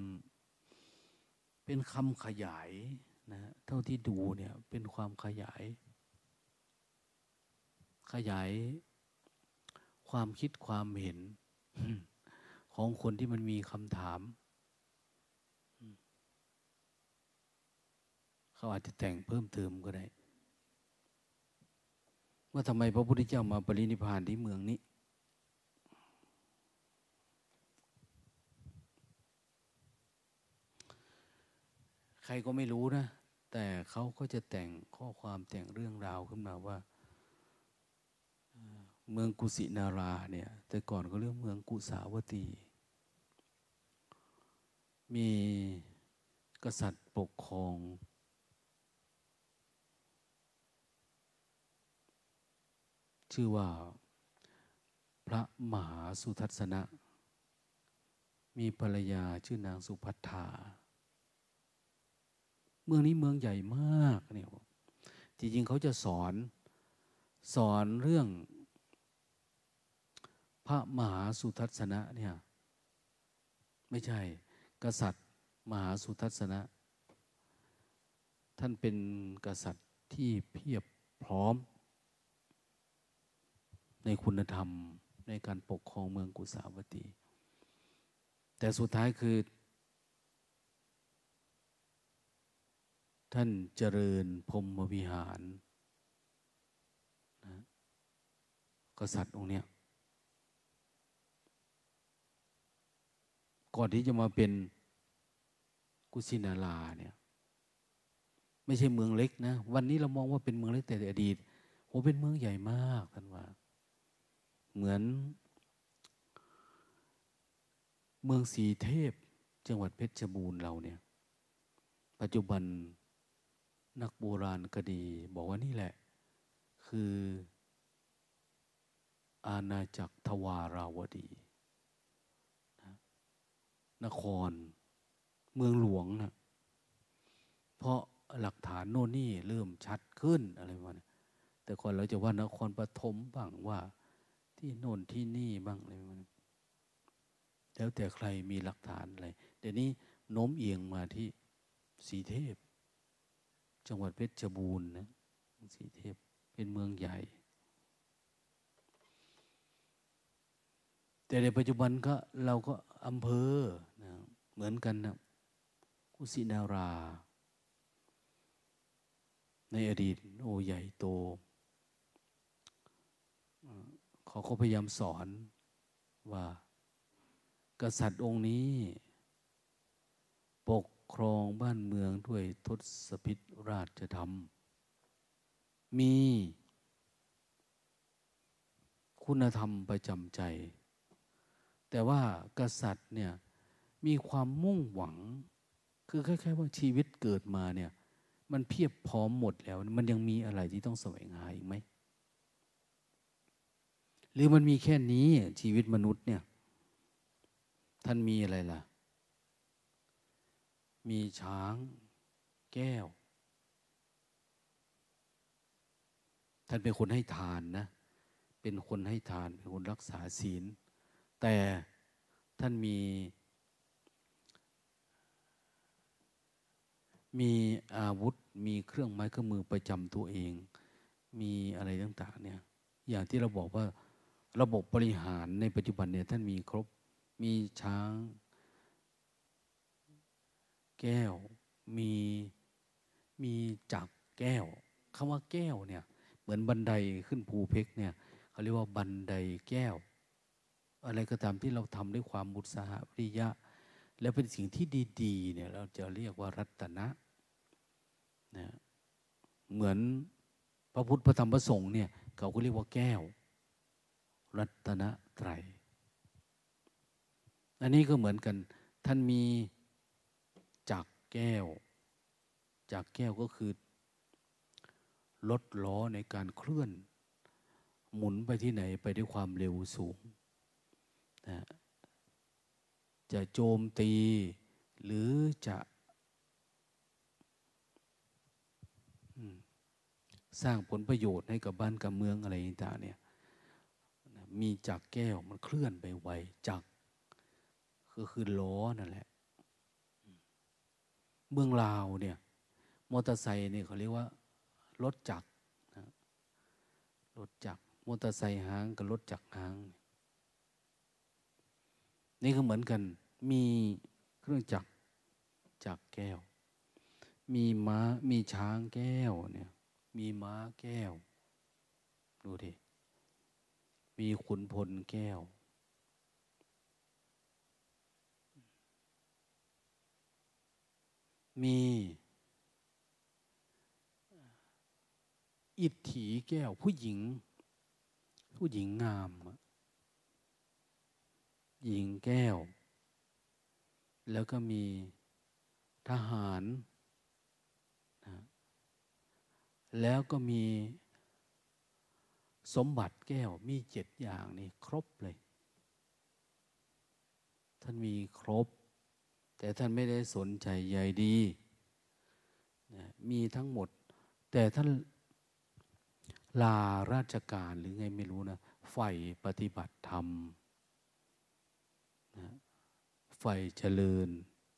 เป็นคำขยายนะเท่าที่ดูเนี่ยเป็นความขยายความคิดความเห็นของคนที่มันมีคำถามเขาอาจจะแต่งเพิ่มเติมก็ได้ว่าทำไมพระพุทธเจ้ามาปรินิพพานที่เมืองนี้ใครก็ไม่รู้นะแต่เขาก็จะแต่งข้อความแต่งเรื่องราวขึ้นมาว่าเมืองกุสินาราเนี่ยแต่ก่อนเขาเรียกเมืองกุสาวตีมีกษัตริย์ปกครองชื่อว่าพระมหาสุทัศนะมีภรรยาชื่อนางสุภัทธาเมืองนี้เมืองใหญ่มากเนี่ยจริงๆเขาจะสอนเรื่องพระมหาสุทัศนะเนี่ยไม่ใช่กษัตริย์มหาสุทัศนะท่านเป็นกษัตริย์ที่เพียบพร้อมในคุณธรรมในการปกครองเมืองกุสาวตีแต่สุดท้ายคือท่านเจริญพรหมวิหารนะกษัตริย์องค์เนี้ยก่อนที่จะมาเป็นกุสินาราเนี่ยไม่ใช่เมืองเล็กนะวันนี้เรามองว่าเป็นเมืองเล็กแต่อดีตโหเป็นเมืองใหญ่มากท่านว่าเหมือนเมืองสีเทพจังหวัดเพชรบูรณ์เราเนี่ยปัจจุบันนักโบราณคดีบอกว่านี่แหละคืออาณาจักรทวาราวดีนะนครเมืองหลวงนะเพราะหลักฐานโน่นนี่เริ่มชัดขึ้นอะไรประมาณนี้แต่ก่อนเราจะว่านครปฐมบ้างว่าที่โน่นที่นี่บ้างอะไรประมาณนี้แล้วแต่ใครมีหลักฐานอะไรเดี๋ยวนี้โน้มเอียงมาที่สีเทพจังหวัดเพชรบูรณ์นะสีเทพเป็นเมืองใหญ่แต่ในปัจจุบันก็เราก็อำเภอนะเหมือนกันนะกุสินาราในอดีตโอ้ใหญ่โตเขาก็พยายามสอนว่ากษัตริย์องค์นี้ปกครองบ้านเมืองด้วยทศพิธราชธรรมมีคุณธรรมประจำใจแต่ว่ากษัตริย์เนี่ยมีความมุ่งหวังคือคล้ายๆว่าชีวิตเกิดมาเนี่ยมันเพียบพร้อมหมดแล้วมันยังมีอะไรที่ต้องแสวงหาอีกไหมหรือมันมีแค่นี้ชีวิตมนุษย์เนี่ยท่านมีอะไรล่ะมีช้างแก้วท่านเป็นคนให้ทานนะเป็นคนให้ทานเป็นคนรักษาศีลแต่ท่านมีอาวุธมีเครื่องไม้เครื่องมือประจำตัวเองมีอะไรต่างๆเนี่ยอย่างที่เราบอกว่าระบบบริหารในปัจจุบันเนี่ยท่านมีครบมีช้างแก้วมีมีจักรแก้วคำว่าแก้วเนี่ยเหมือนบันไดขึ้นภูเพกเนี่ยเขาเรียกว่าบันไดแก้วอะไรก็ตามที่เราทำด้วยความมุตสาหะวิริยะและเป็นสิ่งที่ดีๆเนี่ยเราจะเรียกว่ารัตนะนะเหมือนพระพุทธพระธรรมพระสงฆ์เนี่ยเขาก็เรียกว่าแก้วรัตนไตรัยอันนี้ก็เหมือนกันท่านมีจักรแก้วจักรแก้วก็คือรถล้อในการเคลื่อนหมุนไปที่ไหนไปด้วยความเร็วสูงนะจะโจมตีหรือจะสร้างผลประโยชน์ให้กับบ้านกับเมืองอะไรต่างๆเนี่ยมีจักรแก้วมันเคลื่อนไปไวจักรก็คือล้อนั่นแหละเมืองลาวเนี่ยมอเตอร์ไซค์เนี่ยเขาเรียกว่ารถจักรนะรถจักรมอเตอร์ไซค์หางกับรถจักรหางนี่ก็เหมือนกันมีเครื่องจักรจักรแก้วมีม้ามีช้างแก้วเนี่ยมีม้าแก้วดูดิมีขุนพลแก้วมีอิทธิแก้วผู้หญิงงามหญิงแก้วแล้วก็มีทหารนะแล้วก็มีสมบัติแก้วมี7 อย่างนี่ครบเลยท่านมีครบแต่ท่านไม่ได้สนใจใยดีนะมีทั้งหมดแต่ท่านลาราชการหรือไงไม่รู้นะใฝ่ปฏิบัติธรรมนะใฝ่เจริญ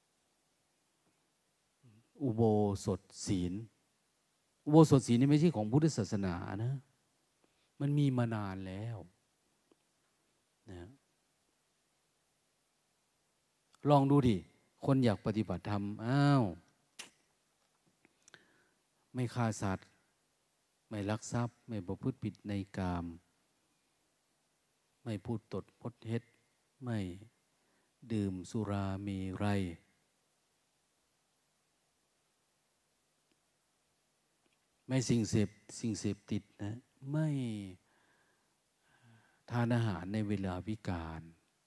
อุโบสถศีลอุโบสถศีลนี่ไม่ใช่ของพุทธศาสนานะมันมีมานานแล้วนะลองดูดิคนอยากปฏิบัติธรรมอ้าวไม่ฆ่าสัตว์ไม่ลักทรัพย์ไม่ประพฤติผิดในกามไม่พูดตดพดเท็จไม่ดื่มสุราเมรัยไม่สิ่งเสพติดนะไม่ทานอาหารในเวลาวิกาล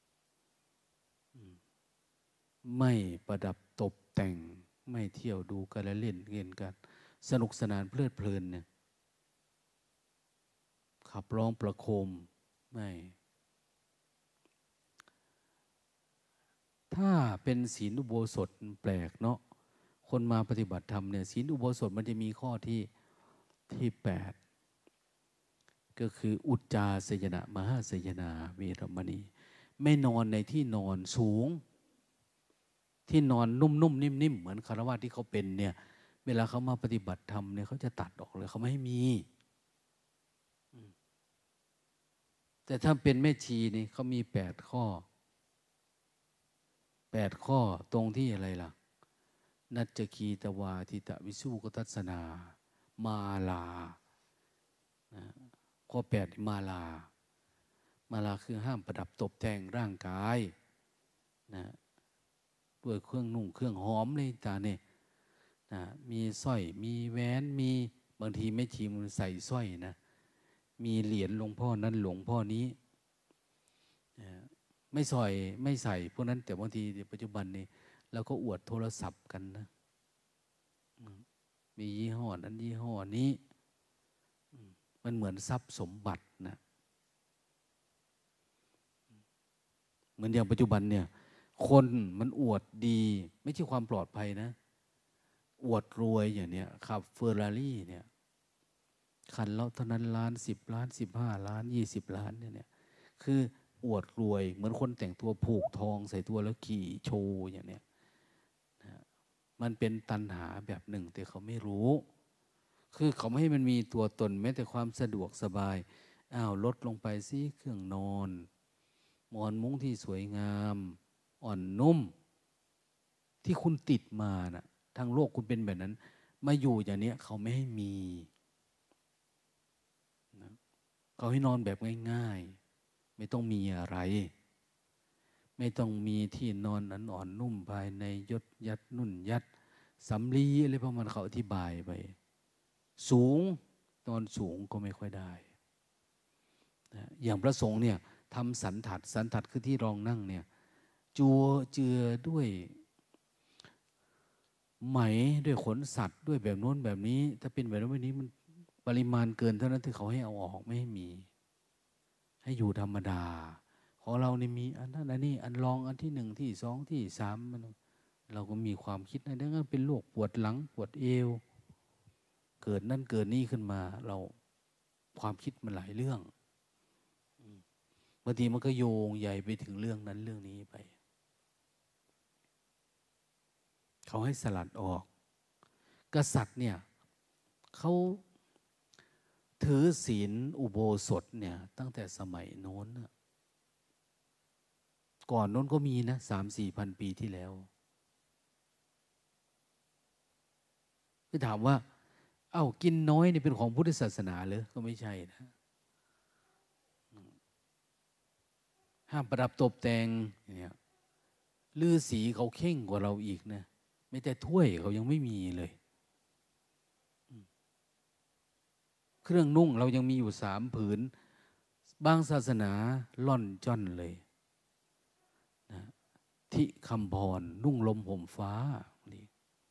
ไม่ประดับตกแต่งไม่เที่ยวดูกันและเล่นเกมกันสนุกสนานเพลิดเพลินเนี่ยขับร้องประโคมไม่ถ้ถ้าเป็นศีลอุโบสถแปลกเนาะคนมาปฏิบัติธรรมเนี่ยศีลอุโบสถมันจะมีข้อที่8ก็คืออุจจาสยนะมหาสยนาเวรมณีไม่นอนในที่นอนสูงที่นอนนุ่มๆนิ่มๆเหมือนคฤหัสถ์ที่เขาเป็นเนี่ยเวลาเขามาปฏิบัติธรรมเนี่ยเขาจะตัดออกเลยเขาไม่ให้มีแต่ถ้าเป็นแม่ชีนี่เขามี8 ข้อตรงที่อะไรล่ะนัจจคีตวาทิตวิสุกทัสสนามาลานะข้อ8มาลาคือห้ามประดับตกแต่งร่างกายนะด้วยเครื่องนุ่งเครื่องหอมเลยตาเนี่ยนะมีสร้อยมีแหวนมีบางทีไม่ชีมันใส่สร้อยนะมีเหรียญหลวงพ่อนั้นหลวงพ่อนี้นะไม่ใส่พวกนั้นแต่บางทีในปัจจุบันนี้เราก็อวดโทรศัพท์กันนะมียี่ห้อนั้นยี่ห้อนี้มันเหมือนทรัพย์สมบัตินะเหมือนอย่างปัจจุบันเนี่ยคนมันอวดดีไม่ใช่ความปลอดภัยนะอวดรวยอย่างเนี้ยขับเฟอร์รารี่เนี่ยคันละเท่านั้นล้าน10 ล้าน15 ล้าน20 ล้านเนี่ยคืออวดรวยเหมือนคนแต่งตัวผูกทองใส่ตัวแล้วขี่โชว์อย่างเนี้ยนะมันเป็นตัณหาแบบหนึ่งแต่เขาไม่รู้คือเขาไม่ให้มันมีตัวตนแม้แต่ความสะดวกสบายลดลงไปสิเครื่องนอนหมอนมุ้งที่สวยงามอ่อนนุ่มที่คุณติดมานะทางโลกคุณเป็นแบบนั้นมาอยู่อย่างนี้เขาไม่ให้มีนะเขาให้นอนแบบง่ายๆไม่ต้องมีอะไรไม่ต้องมีที่นอนอันอ่อนนุ่มภายในยดยัดนุ่นยัดสำลีอะไรพวกมันเขาอธิบายไปสูงนอนสูงก็ไม่ค่อยได้นะอย่างพระสงฆ์เนี่ยทำสันทัดคือที่รองนั่งเนี่ยจัวเจือด้วยไหมด้วยขนสัตว์ด้วยแบบโน้นแบบนี้ถ้าเป็นแบบโน้นแบบนี้มันปริมาณเกินเท่านั้นที่เขาให้เอาออกไม่ให้มีให้อยู่ธรรมดาของเรานี่มีอันนั้นอันนี้อันรองอันที่1ที่2ที่3มันเราก็มีความคิดนะดังนั้นเป็นโรคปวดหลังปวดเอวเกิดนั่นเกิดนี่ขึ้นมาเราความคิดมันหลายเรื่องบางทีมันก็โยงใหญ่ไปถึงเรื่องนั้นเรื่องนี้ไปเขาให้สลัดออกกษัตริย์เนี่ยเขาถือศีลอุโบสถเนี่ยตั้งแต่สมัยโน้นก่อนโน้นก็มีนะ3-4 พันปีที่แล้วคือถามว่ากินน้อยนี่เป็นของพุทธศาสนาหรือก็ไม่ใช่นะห้ามประดับตกแต่งเนี่ยฤาษีเขาเข่งกว่าเราอีกนะไม่แต่ถ้วยเขายังไม่มีเลยเครื่องนุ่งเรายังมีอยู่3 ผืนบางศาสนาล่อนจ้อนเลยนะทิคำพรนุ่งลมห่มฟ้านี่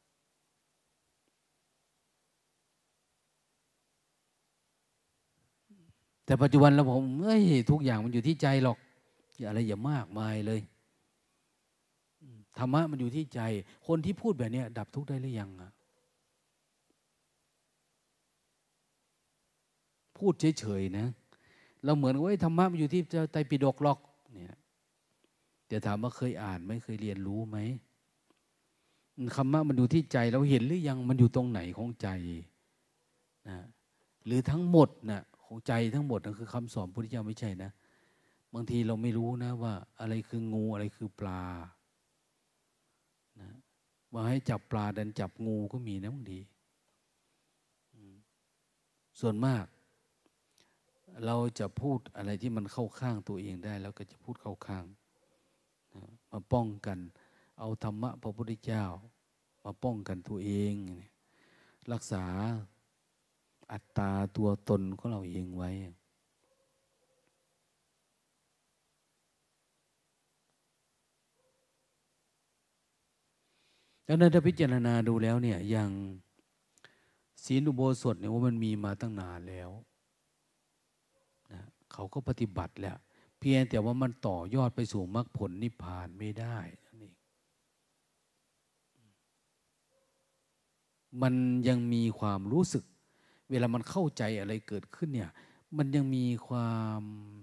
แต่ปัจจุบันเราผมทุกอย่างมันอยู่ที่ใจหรอกอย่ามากมายเลยธรรมะมันอยู่ที่ใจคนที่พูดแบบนี้ดับทุกข์ได้หรือยังพูดเฉยๆนะเราเหมือนว่าธรรมะมันอยู่ที่ไตรปิฎกหรอกเนี่ยเดี๋ยวถามว่าเคยอ่านไหมเคยเรียนรู้ไหมธรรมะมันอยู่ที่ใจเราเห็นหรือยังมันอยู่ตรงไหนของใจนะหรือทั้งหมดนะของใจทั้งหมดนั่นคือคำสอนพระพุทธเจ้าไม่ใช่นะบางทีเราไม่รู้นะว่าอะไรคืองูอะไรคือปลานะว่าให้จับปลาดันจับงูก็มีนะบางทีส่วนมากเราจะพูดอะไรที่มันเข้าข้างตัวเองได้แล้วก็จะพูดเข้าข้างนะมาป้องกันเอาธรรมะพระพุทธเจ้ามาป้องกันตัวเองรักษาอัตตาตัวตนของเราเองไว้แล้วนั้นถ้าพิจารณาดูแล้วเนี่ยอย่างศีลอุโบสถเนี่ยว่ามันมีมาตั้งนานแล้วนะเขาก็ปฏิบัติแล้วเพียงแต่ว่ามันต่อยอดไปสู่มรรคผลนิพพานไม่ได้นั่นเองมันยังมีความรู้สึกเวลามันเข้าใจอะไรเกิดขึ้นเนี่ยมันยังมีความ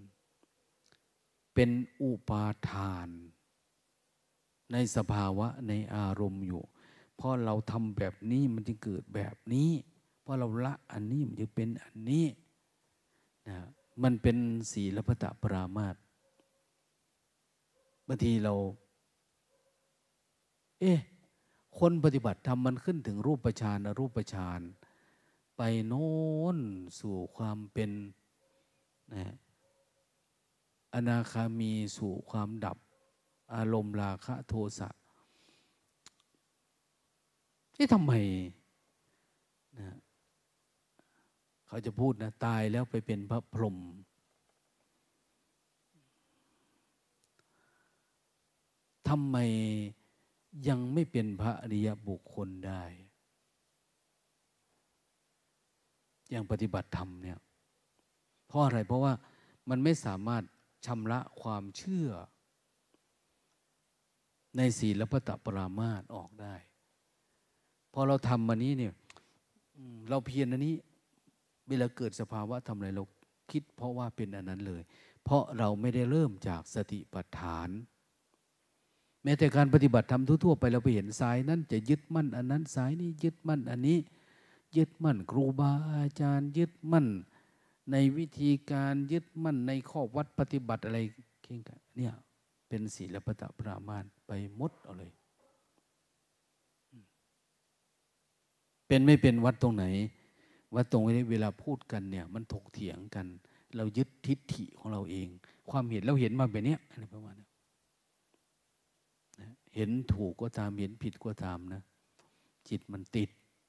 เป็นอุปาทานในสภาวะในอารมณ์อยู่เพราะเราทำแบบนี้มันจึงเกิดแบบนี้เพราะเราละอันนี้มันจึงเป็นอันนี้นะมันเป็นศีลพัตตปรามาสบางทีเราคนปฏิบัติธรรมมันขึ้นถึงรูปฌานอรูปฌานไปโน้นสู่ความเป็นนะอนาคามีสู่ความดับอารมณ์ราคะโทสะทำไมนะเขาจะพูดนะตายแล้วไปเป็นพระพรหมทำไมยังไม่เป็นพระอริยบุคคลได้อย่างปฏิบัติธรรมเนี่ยเพราะอะไรเพราะว่ามันไม่สามารถชำระความเชื่อในศีลพัตตปรามาสออกได้พอเราทำมานี้เนี่ยเราเพียรอันนี้เวลาเกิดสภาวะทำอะไรเราคิดเพราะว่าเป็นอันนั้นเลยเพราะเราไม่ได้เริ่มจากสติปัฏฐานแม้แต่การปฏิบัติธรรมทั่วๆไปเราไปเห็นสายนั้นจะยึดมั่นอันนั้นสายนี้ยึดมั่นอันนี้ยึดมั่นครูบาอาจารย์ยึดมั่นในวิธีการยึดมั่นในข้อวัดปฏิบัติอะไรเข่งกันเนี่ยเป็นศีลพัตตปรามาสไปหมดเอาเลยเป็นไม่เป็นวัดตรงไหนวัดตรงนี้เวลาพูดกันเนี่ยมันถกเถียงกันเรายึดทิฏฐิของเราเองความเห็นเราเห็นมาแบบนี้อะไรประมาณนี้เห็นถูกก็ตามเห็นผิดก็ตามนะจิตมันติด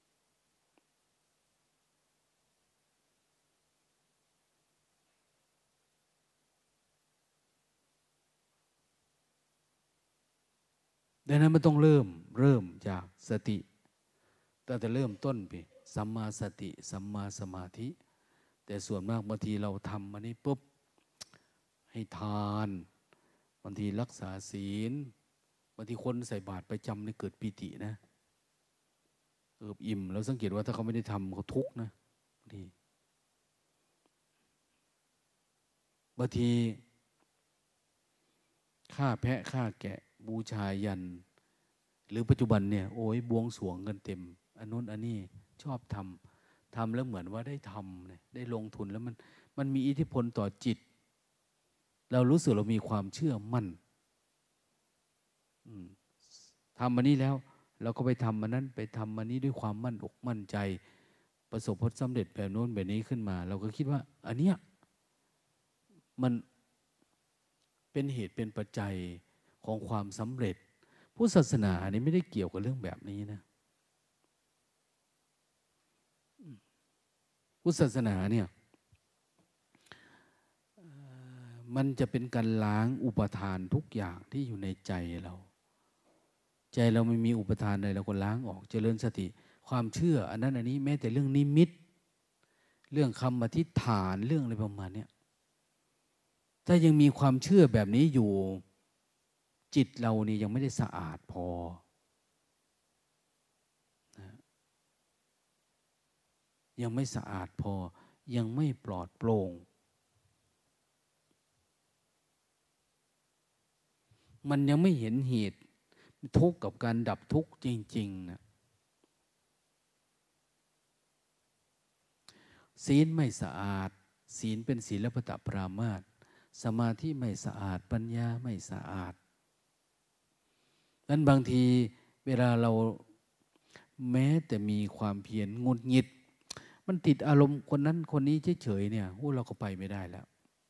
ดังนั้นมันต้องเริ่มจากสติตั้งแต่เริ่มต้นไปสัมมาสติสัมมาสมาธิแต่ส่วนมากบางทีเราทำอันนี้ปุ๊บให้ทานบางทีรักษาศีลบางทีคนใส่บาตรประจำนี่เกิดปีตินะเอิบอิ่มเราสังเกตว่าถ้าเขาไม่ได้ทำเขาทุกข์นะบางทีฆ่าแพะฆ่าแกะบูชายันหรือปัจจุบันเนี่ยโอ้ยบวงสรวงกันเต็มอันนู้นอันนี้ชอบทำแล้วเหมือนว่าได้ทำเนี่ยได้ลงทุนแล้วมันมีอิทธิพลต่อจิตเรารู้สึกเรามีความเชื่อมั่นทำอันนี้แล้วเราก็ไปทำอันนั้นไปทำอันนี้ด้วยความมั่นอกมั่นใจประสบผลสำเร็จแบบโน้นแบบนี้ขึ้นมาเราก็คิดว่าอันเนี้ยมันเป็นเหตุเป็นปัจจัยของความสำเร็จพุทธศาสนาอันนี้ไม่ได้เกี่ยวกับเรื่องแบบนี้นะพุทธศาสนาเนี่ยมันจะเป็นการล้างอุปทานทุกอย่างที่อยู่ในใจเราไม่มีอุปทานเลยเราก็ล้างออกเจริญสติความเชื่ออันนั้นอันนี้แม้แต่เรื่องนิมิตเรื่องคำอธิษฐานเรื่องอะไรประมาณนี้ถ้ายังมีความเชื่อแบบนี้อยู่จิตเรานี่ยังไม่ได้สะอาดพอนะยังไม่สะอาดพอยังไม่ปลอดโปร่งมันยังไม่เห็นเหตุทุกข์กับการดับทุกข์จริงๆนะศีลไม่สะอาดศีลเป็นศีลพัตตปรามาสสมาธิไม่สะอาดปัญญาไม่สะอาดนั้นบางทีเวลาเราแม้แต่มีความเพียรหงุดหงิดมันติดอารมณ์คนนั้นคนนี้เฉยๆเนี่ยเราก็ไปไม่ได้แล้ว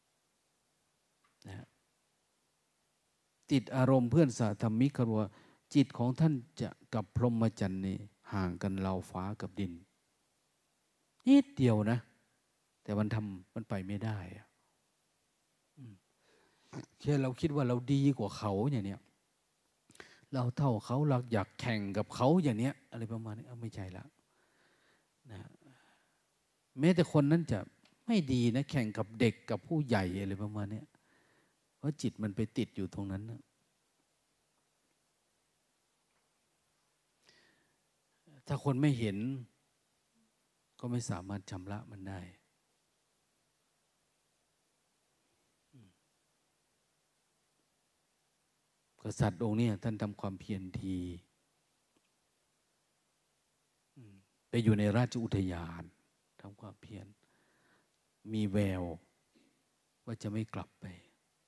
นะติดอารมณ์เพื่อนสาธรรมิกรัวจิตของท่านจะกับพรหมจรรย์นี่ห่างกันราวฟ้ากับดินนิดเดียวนะแต่มันไปไม่ได้แค่เราคิดว่าเราดีกว่าเขาอย่างเนี้ยเราเท่าเขาเราอยากแข่งกับเขาอย่างเนี้ยอะไรประมาณนี้ไม่ใช่ละนะแม้แต่คนนั้นจะไม่ดีนะแข่งกับเด็กกับผู้ใหญ่อะไรประมาณนี้เพราะจิตมันไปติดอยู่ตรงนั้นนะถ้าคนไม่เห็นก็ไม่สามารถชำระมันได้กษัตริย์องค์นี้ท่านทำความเพียรทีไปอยู่ในราชอุทยานทำความเพียรมีแววว่าจะไม่กลับไป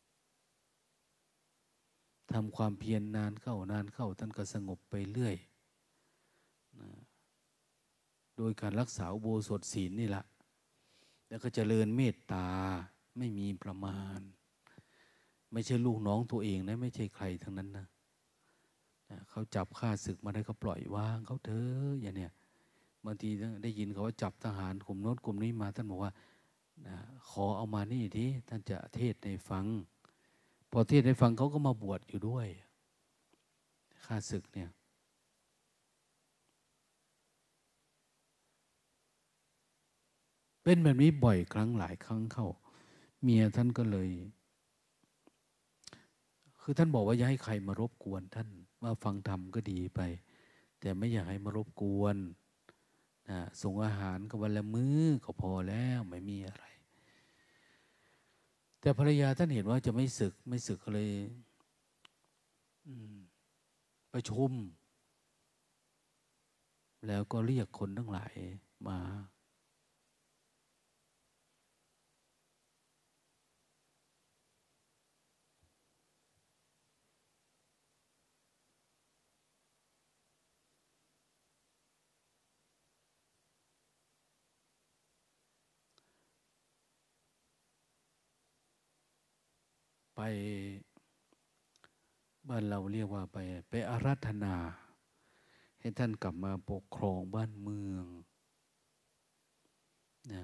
ทำความเพียรนานเข้านานเข้าท่านก็สงบไปเรื่อยนะโดยการรักษาอุโบสถศีลนี่แหละแล้วก็เจริญเมตตาไม่มีประมาณไม่ใช่ลูกน้องตัวเองนะไม่ใช่ใครทั้งนั้นนะเขาจับฆ่าศึกมาได้ก็ปล่อยวางเขาเถอะอย่างเนี้ยบางทีได้ยินเขาว่าจับทหารกลุ่มโน้นกลุ่มนี้มาท่านบอกว่าขอเอามานี่ทีท่านจะเทศน์ให้ฟังพอเทศน์ให้ฟังเขาก็มาบวชอยู่ด้วยฆ่าศึกเนี่ยเป็นแบบนี้บ่อยครั้งหลายครั้งเข้าเมียท่านก็เลยคือท่านบอกว่าอย่าให้ใครมารบกวนท่านว่าฟังธรรมก็ดีไปแต่ไม่อยากให้มารบกวนส่งอาหารก็วันละมื้อก็พอแล้วไม่มีอะไรแต่ภรรยาท่านเห็นว่าจะไม่สึกก็เลยประชุมแล้วก็เรียกคนทั้งหลายมาไปบ้านเราเรียกว่าไปอาราธนาให้ท่านกลับมาปกครองบ้านเมืองนะ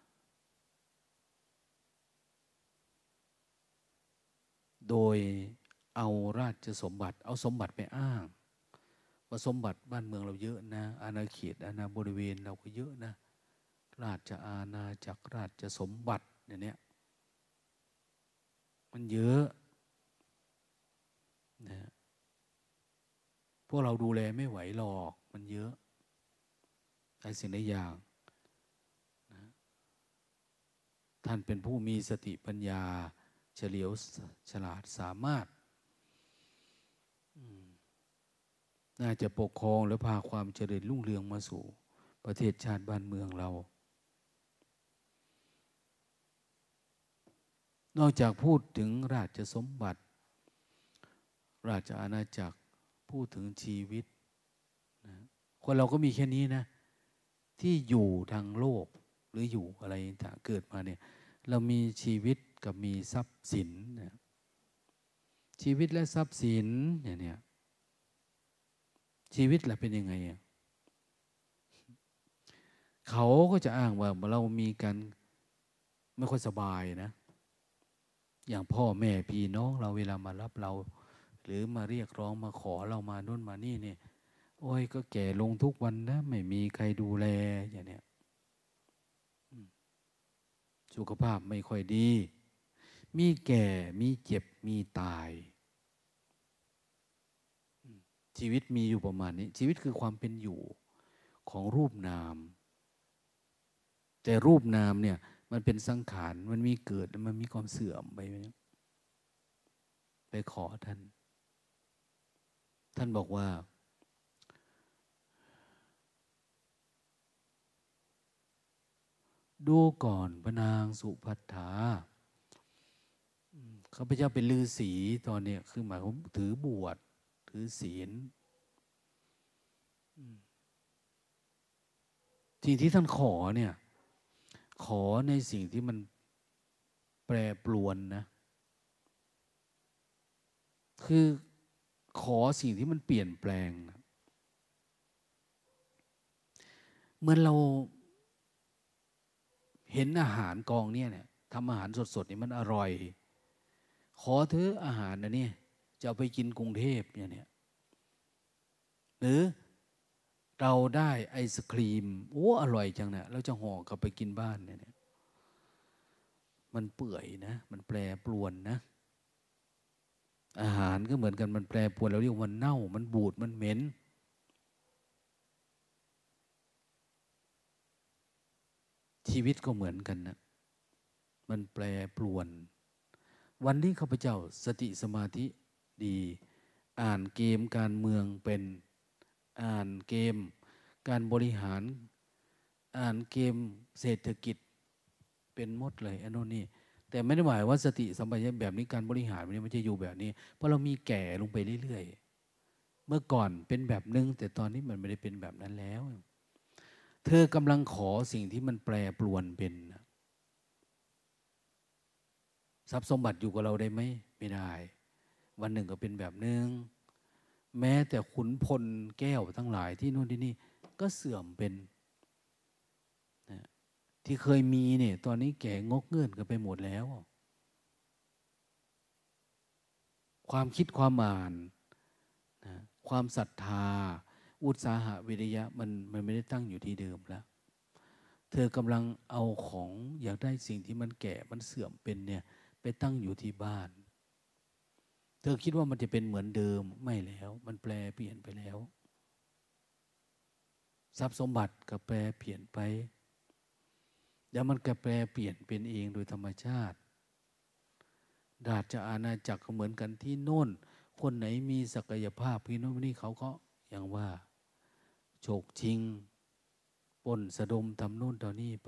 โดยเอาราชสมบัติเอาสมบัติไปอ้างว่าสมบัติบ้านเมืองเราเยอะนะอาณาเขตอาณาบริเวณเราก็เยอะนะราชอาณาจักรราชสมบัติเนี่ยมันเยอะนะพวกเราดูแลไม่ไหวหรอกมันเยอะหลายสิ่งหลายอย่างนะท่านเป็นผู้มีสติปัญญาเฉลียวฉลาดสามารถน่าจะปกครองและพาความเจริญรุ่งเรืองมาสู่ประเทศชาติบ้านเมืองเรานอกจากพูดถึงราชสมบัติราชอาณาจักรพูดถึงชีวิตนะคนเราก็มีแค่นี้นะที่อยู่ทางโลกหรืออยู่อะไรต่างเกิดมาเนี่ยเรามีชีวิตกับมีทรัพย์สินนะชีวิตและทรัพย์สินเนี่ยชีวิตล่ะเป็นยังไงเขาก็จะอ้างว่าเรามีกันไม่ค่อยสบายนะอย่างพ่อแม่พี่น้องเราเวลามารับเราหรือมาเรียกร้องมาขอเรามาโน่นมานี่เนี่ยโอ้ยก็แก่ลงทุกวันนะไม่มีใครดูแลอย่างเนี้ยสุขภาพไม่ค่อยดีมีแก่มีเจ็บมีตายชีวิตมีอยู่ประมาณนี้ชีวิตคือความเป็นอยู่ของรูปนามแต่รูปนามเนี่ยมันเป็นสังขารมันมีเกิดแล้วมันมีความเสื่อมไปขอท่านบอกว่าดูก่อนพระนางสุภัทธาข้าพเจ้าเป็นฤาษีตอนเนี้ยคือหมายความถือบวชถือศีลสิ่งที่ท่านขอเนี่ยขอในสิ่งที่มันแปรปรวนนะคือขอสิ่งที่มันเปลี่ยนแปลงนะเหมือนเราเห็นอาหารกองเนี่ยทำอาหารสดๆนี่มันอร่อยขอเธออาหารนะเนี่ยจะเอาไปกินกรุงเทพอย่างเนี้ยหรือเราได้ไอศครีมโอ้อร่อยจังเนี่ยเราจะห่อกลับไปกินบ้านเนี่ยมันเปื่อยนะมันแปรปรวนนะอาหารก็เหมือนกันมันแปรปรวนเราเรียกว่ามันเน่ามันบูดมันเหม็นชีวิตก็เหมือนกันนะมันแปรปรวน วันนี้ข้าพเจ้าสติสมาธิดีอ่านเกมการเมืองเป็นอ่านเกมการบริหารอ่านเกมเศรษฐกิจเป็นหมดเลยอันโน่นนี่แต่ไม่ได้หมายว่าสติสัมปชัญญะแบบนี้การบริหารมันจะอยู่แบบนี้เพราะเรามีแก่ลงไปเรื่อยๆเมื่อก่อนเป็นแบบนึงแต่ตอนนี้มันไม่ได้เป็นแบบนั้นแล้วเธอกำลังขอสิ่งที่มันแปรปรวนเป็นทรัพย์สมบัติอยู่กับเราได้ไหมไม่ได้วันหนึ่งก็เป็นแบบนึงแม้แต่ขุนพลแก้วทั้งหลายที่นู่นที่นี่ก็เสื่อมเป็นนะที่เคยมีเนี่ยตอนนี้แก่งกเงื่อนกันไปหมดแล้วความคิดความอ่านนะความศรัทธาอุตสาหะวิริยะมันไม่ได้ตั้งอยู่ที่เดิมแล้วเธอกำลังเอาของอยากได้สิ่งที่มันแก่มันเสื่อมเป็นเนี่ยไปตั้งอยู่ที่บ้านเธอคิดว่ามันจะเป็นเหมือนเดิมไม่แล้วมันแปลเปลี่ยนไปแล้วทรัพย์สมบัติก็แปลเปลี่ยนไปแล้วมันก็แปลเปลี่ยนเป็นเองโดยธรรมชาติราชอาณาจักรก็เหมือนกันที่โน่นคนไหนมีศักยภาพพี่โน่นนี่เขาก็อย่างว่าโฉกชิงปล้นสะดมทำโน่นทำนี่ไป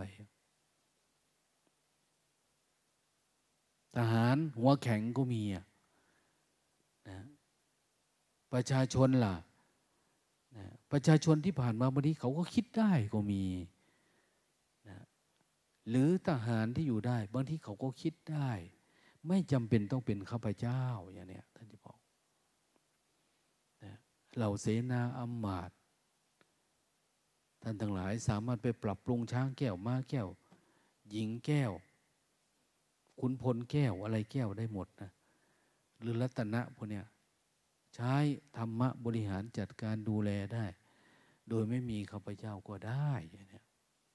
ทหารหัวแข็งก็มีนะประชาชนล่ะนะประชาชนที่ผ่านมาบางทีเขาก็คิดได้ก็มีนะหรือทหารที่อยู่ได้บางทีเขาก็คิดได้ไม่จำเป็นต้องเป็นข้าพเจ้าอย่างเนี้ยท่านที่บอกนะเหล่าเสนาอำมาตย์ท่านทั้งหลายสามารถไปปรับปรุงช้างแก้วม้าแก้วหญิงแก้วขุนพลแก้วอะไรแก้วได้หมดนะหรือรัตนะพวกเนี้ยใช้ธรรมะบริหารจัดการดูแลได้โดยไม่มีข้าพเจ้าก็ได้อย่างเนี้ย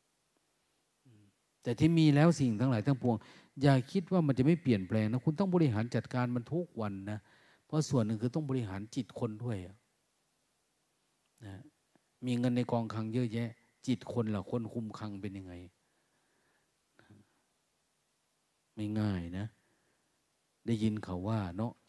แต่ที่มีแล้วสิ่งทั้งหลายทั้งปวงอย่าคิดว่ามันจะไม่เปลี่ยนแปลงนะคุณต้องบริหารจัดการมันทุกวันนะเพราะส่วนหนึ่งคือต้องบริหารจิตคนด้วยนะมีเงินในกองคลังเยอะแยะจิตคนล่ะคนคุมคลังเป็นยังไงไม่ง่ายนะได้ยินเขาว่าเนาะ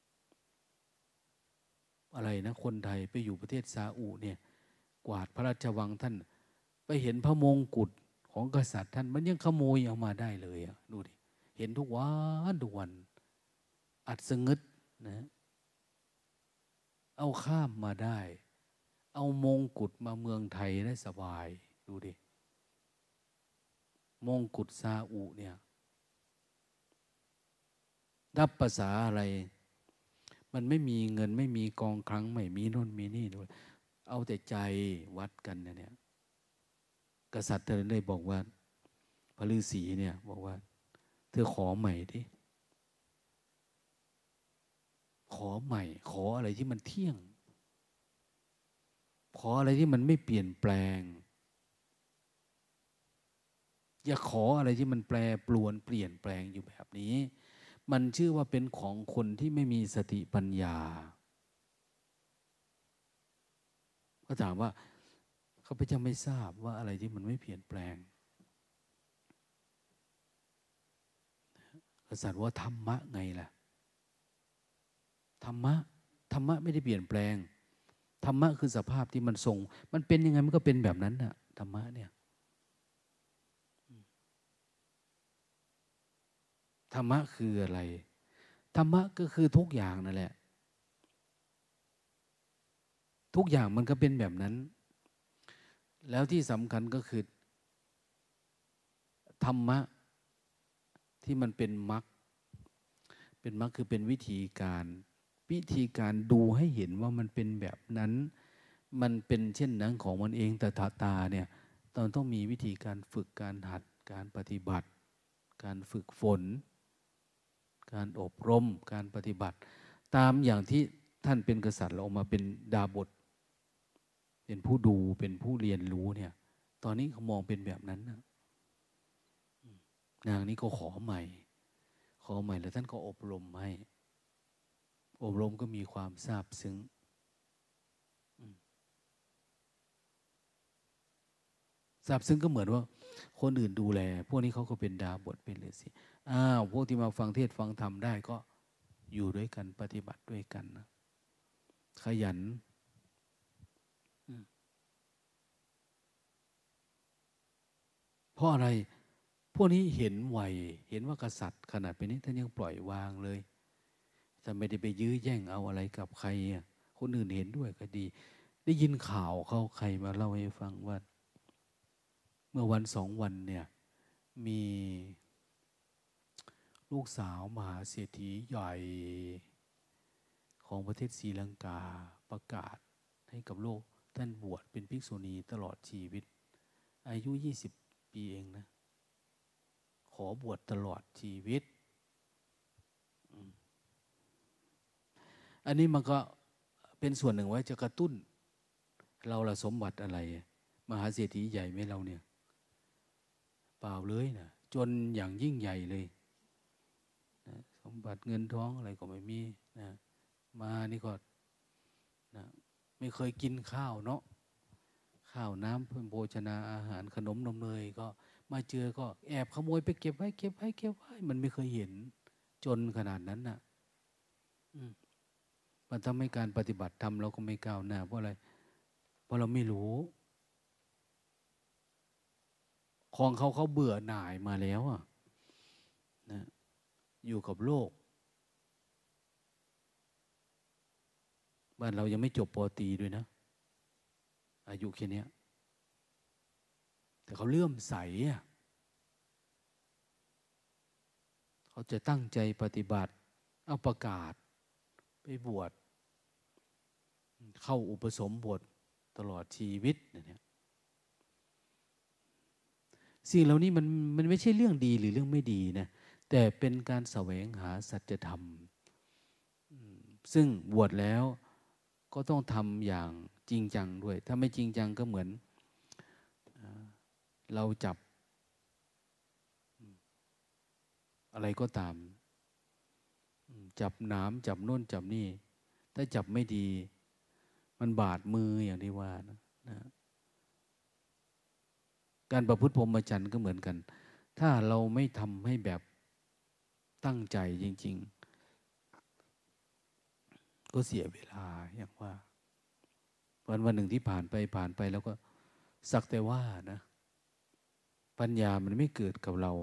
อะไรนะคนไทยไปอยู่ประเทศซาอุเนี่ยกวาดพระราชวังท่านไปเห็นพระมงกุฎของกษัตริย์ท่านมันยังขโมยเอามาได้เลยอะดูดิเห็นทุกวันทุกวันอัดสงึดนะเอาข้ามมาได้เอามงกุฎมาเมืองไทยได้สบายดูดิมงกุฎซาอุเนี่ยรับภาษาอะไรมันไม่มีเงินไม่มีกองคลังไม่มีโน่นมีนี่ด้วยเอาแต่ใจวัดกันเนี่ยกษัตริย์เธอเลยบอกว่าพระฤาษีเนี่ยบอกว่าเธอขอใหม่ดิขอใหม่ขออะไรที่มันเที่ยงขออะไรที่มันไม่เปลี่ยนแปลงอย่าขออะไรที่มันแปรปรวนเปลี่ยนแปลงอยู่แบบนี้มันชื่อว่าเป็นของคนที่ไม่มีสติปัญญาก็ถามว่าเขาพเจ้าไม่ทราบว่าอะไรที่มันไม่เปลี่ยนแปลงกษัตริย์ว่าธรรมะไงล่ะธรรมะธรรมะไม่ได้เปลี่ยนแปลงธรรมะคือสภาพที่มันทรงมันเป็นยังไงมันก็เป็นแบบนั้นน่ะธรรมะเนี่ยธรรมะคืออะไรธรรมะก็คือทุกอย่างนั่นแหละทุกอย่างมันก็เป็นแบบนั้นแล้วที่สำคัญก็คือธรรมะที่มันเป็นมรรคเป็นมรรคคือเป็นวิธีการดูให้เห็นว่ามันเป็นแบบนั้นมันเป็นเช่นนั้นของมันเองแต่ตาเนี่ยต้องมีวิธีการฝึกการหัดการปฏิบัติการฝึกฝนการอบรมการปฏิบัติตามอย่างที่ท่านเป็นกษัตริย์เราออกมาเป็นดาบทเป็นผู้ดูเป็นผู้เรียนรู้เนี่ยตอนนี้เขามองเป็นแบบนั้นนะนางนี้ก็ขอใหม่แล้วท่านก็อบรมให้อบรมก็มีความซาบซึ้งซาบซึ้งก็เหมือนว่าคนอื่นดูแลพวกนี้เขาก็เป็นดาบทเป็นฤาษีพวกที่มาฟังเทศน์ฟังธรรมได้ก็อยู่ด้วยกันปฏิบัติด้วยกันนะขยันเพราะอะไรพวกนี้เห็นไวเห็นว่ากษัตริย์ขนาดเป็นนี้ท่านยังปล่อยวางเลยท่านไม่ได้ไปยื้อแย่งเอาอะไรกับใครคนอื่นเห็นด้วยก็ดีได้ยินข่าวเขาใครมาเล่าให้ฟังว่าเมื่อวัน2 วันเนี่ยมีลูกสาวมหาเศรษฐีใหญ่ของประเทศศรีลังกาประกาศให้กับโลกท่านบวชเป็นภิกษุณีตลอดชีวิตอายุ20 ปีเองนะขอบวชตลอดชีวิตอันนี้มันก็เป็นส่วนหนึ่งไว้จะกระตุ้นเราละสมบัติอะไรมหาเศรษฐีใหญ่ไหมเราเนี่ยเปล่าเลยนะจนอย่างยิ่งใหญ่เลยนะสมบัติเงินทองอะไรก็ไม่มีนะมานี่ก็นะไม่เคยกินข้าวเนาะข้าวน้ำเพื่อโภชนาอาหารขนมนมเนยก็มาเจอก็แอบขโมยไปเก็บไว้เก็บไว้เก็บไว้มันไม่เคยเห็นจนขนาดนั้นน่ะมันทำให้การปฏิบัติธรรมเราก็ไม่ก้าวหน้าเพราะอะไรเพราะเราไม่รู้ของเขาเบื่อหน่ายมาแล้วนะอยู่กับโลกบ้านเรายังไม่จบป.ตรีด้วยนะอายุแค่นี้แต่เขาเลื่อมใสเขาจะตั้งใจปฏิบัติเอาประกาศไปบวชเข้าอุปสมบทตลอดชีวิตเนี่ยสิ่งเหล่านี้มันไม่ใช่เรื่องดีหรือเรื่องไม่ดีนะแต่เป็นการแสวงหาสัจธรรมซึ่งบวชแล้วก็ต้องทำอย่างจริงจังด้วยถ้าไม่จริงจังก็เหมือนเราจับอะไรก็ตามจับน้ำจับโน่นจับนี่ถ้าจับไม่ดีมันบาดมืออย่างที่ว่านะการประพฤติพรหมจรรย์ก็เหมือนกันถ้าเราไม่ทำให้แบบตั้งใจจริงๆก็เสียเวลาอย่างว่าวันหนึ่งที่ผ่านไปแล้วก็สักแต่ว่านะปัญญามันไม่เกิดกับเรา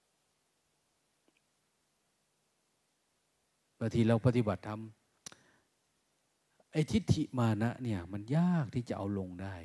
บางทีเราปฏิบัติธรรมไอ้ทิฏฐิมานะเนี่ยมันยากที่จะเอาลงได้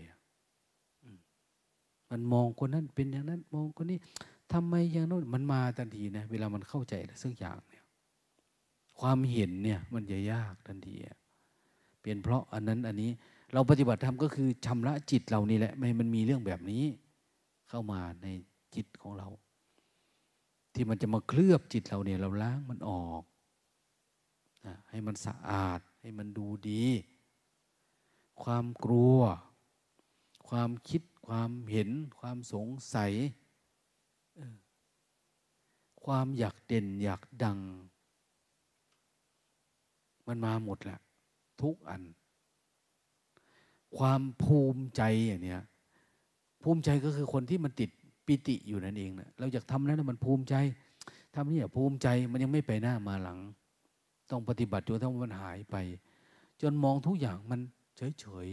มันมองคนนั้นเป็นอย่างนั้นมองคนนี้ทำไมอย่างโน้นมันมาทันทีนะเวลามันเข้าใจอะไรสักอย่างเนี่ยความเห็นเนี่ยมันจะยากทันทีเป็นเพราะอันนั้นอันนี้เราปฏิบัติธรรมก็คือชำระจิตเรานี่แหละไม่ให้มันมีเรื่องแบบนี้เข้ามาในจิตของเราที่มันจะมาเคลือบจิตเราเนี่ยเราล้างมันออกให้มันสะอาดให้มันดูดีความกลัวความคิดความเห็นความสงสัยความอยากเด่นอยากดังมันมาหมดแหละทุกอันความภูมิใจอย่างเนี้ยภูมิใจก็คือคนที่มันติดปิติอยู่นั่นเองนะเราอยากทำแล้วนะมันภูมิใจทำนี่ภูมิใจมันยังไม่ไปหน้ามาหลังต้องปฏิบัติจนทั้งมันหายไปจนมองทุกอย่างมันเฉย